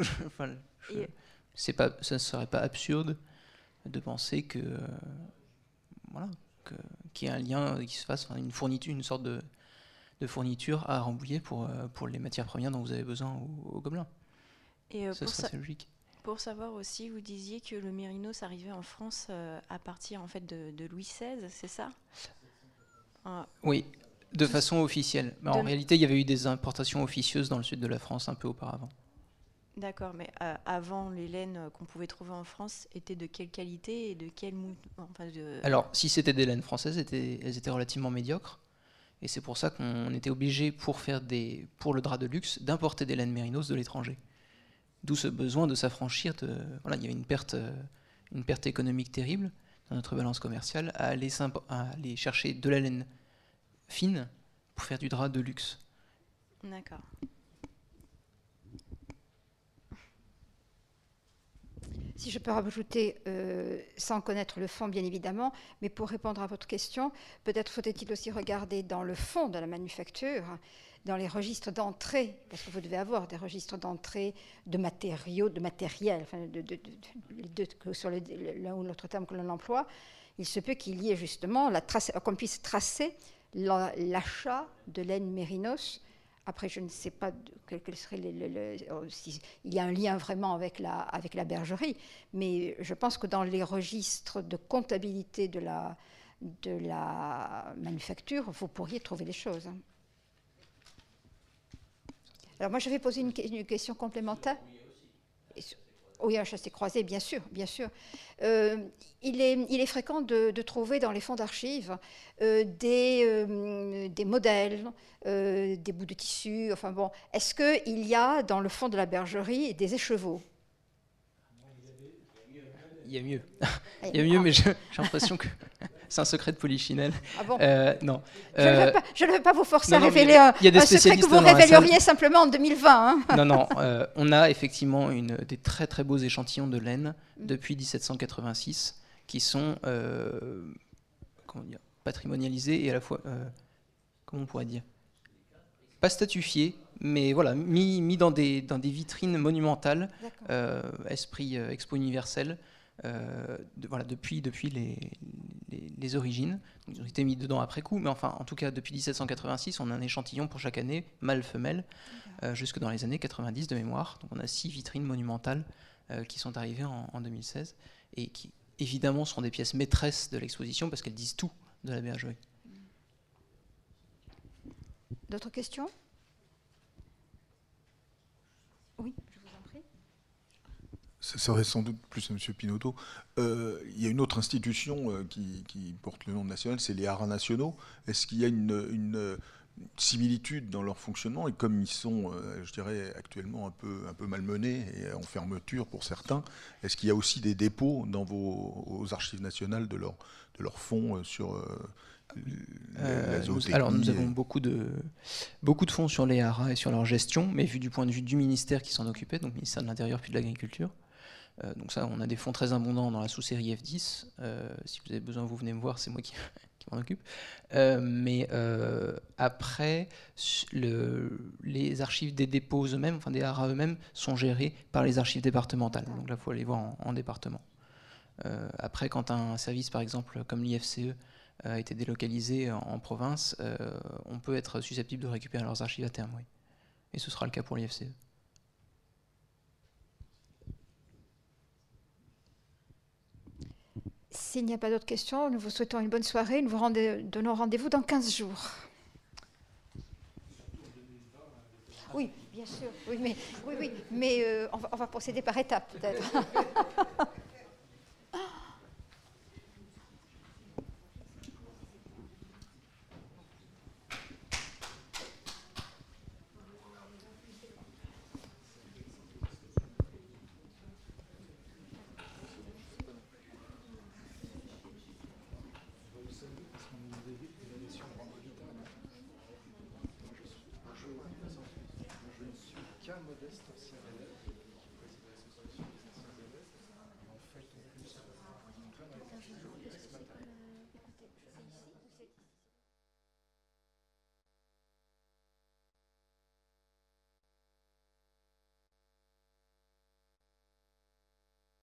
Ça ne serait pas absurde de penser que... voilà, qu'il y ait un lien qui se fasse, une fourniture, une sorte de fourniture à Rambouillet pour les matières premières dont vous avez besoin au Gobelin. Et ça serait logique. Pour savoir aussi, vous disiez que le mérinos arrivait en France à partir en fait de Louis XVI, c'est ça? Oui, de façon officielle. Mais en réalité, il y avait eu des importations officieuses dans le sud de la France un peu auparavant. D'accord, mais avant, les laines qu'on pouvait trouver en France étaient de quelle qualité et de quel Alors, si c'était des laines françaises, elles étaient relativement médiocres. Et c'est pour ça qu'on était obligé, pour le drap de luxe, d'importer des laines mérinos de l'étranger. D'où ce besoin de s'affranchir de... Voilà, il y avait une perte économique terrible dans notre balance commerciale à aller chercher de la laine fine pour faire du drap de luxe. D'accord. Si je peux rajouter, sans connaître le fond bien évidemment, mais pour répondre à votre question, peut-être faut-il aussi regarder dans le fond de la manufacture, dans les registres d'entrée, parce que vous devez avoir des registres d'entrée de matériaux, de matériel, enfin sur l'un ou l'autre terme que l'on emploie, il se peut qu'il y ait justement, qu'on puisse tracer l'achat de laine mérinos. Après, je ne sais pas quel serait si il y a un lien vraiment avec la bergerie, mais je pense que dans les registres de comptabilité de la manufacture, vous pourriez trouver des choses. Alors moi, je vais poser une question complémentaire. Oui, un chassé-croisé, bien sûr, bien sûr. Il est fréquent de trouver dans les fonds d'archives des modèles, des bouts de tissu. Enfin bon, est-ce qu'il y a dans le fond de la bergerie des écheveaux? Il y a mieux. Il y a mieux, mais j'ai l'impression que c'est un secret de Polichinelle. Ah bon? Non. Je ne veux pas vous forcer à révéler un secret que vous révéleriez simplement en 2020. Hein. Non, on a effectivement des très très beaux échantillons de laine depuis 1786 qui sont patrimonialisés et à la fois, comment on pourrait dire, pas statuifiés, mais voilà, mis dans des vitrines monumentales, esprit Expo universelle. Voilà, depuis les origines. Donc, ils ont été mis dedans après coup, mais enfin, en tout cas, depuis 1786, on a un échantillon pour chaque année, mâle-femelle, jusque dans les années 90 de mémoire. Donc on a 6 vitrines monumentales qui sont arrivées en 2016 et qui, évidemment, seront des pièces maîtresses de l'exposition parce qu'elles disent tout de la bergerie. D'autres questions? Oui, je vous en prie. Ça serait sans doute plus à M. Pinoteau. Il y a une autre institution qui porte le nom de national, c'est les haras nationaux. Est-ce qu'il y a une similitude dans leur fonctionnement? Et comme ils sont, je dirais, actuellement un peu malmenés et en fermeture pour certains, est-ce qu'il y a aussi des dépôts dans aux archives nationales de leurs fonds sur la zootechnie? Alors nous avons beaucoup de fonds sur les haras et sur leur gestion, mais vu du point de vue du ministère qui s'en occupait, donc ministère de l'Intérieur puis de l'Agriculture. Donc ça, on a des fonds très abondants dans la sous-série F10. Si vous avez besoin, vous venez me voir, c'est moi qui m'en occupe. Mais après, les archives des dépôts eux-mêmes, enfin des haras eux-mêmes, sont gérées par les archives départementales. Donc là, il faut aller voir en département. Après, quand un service, par exemple, comme l'IFCE, a été délocalisé en province, on peut être susceptible de récupérer leurs archives à terme, oui. Et ce sera le cas pour l'IFCE. S'il n'y a pas d'autres questions, nous vous souhaitons une bonne soirée. Nous vous donnons rendez-vous dans 15 jours. Oui, bien sûr. Oui, mais on va procéder par étapes, peut-être. Modeste.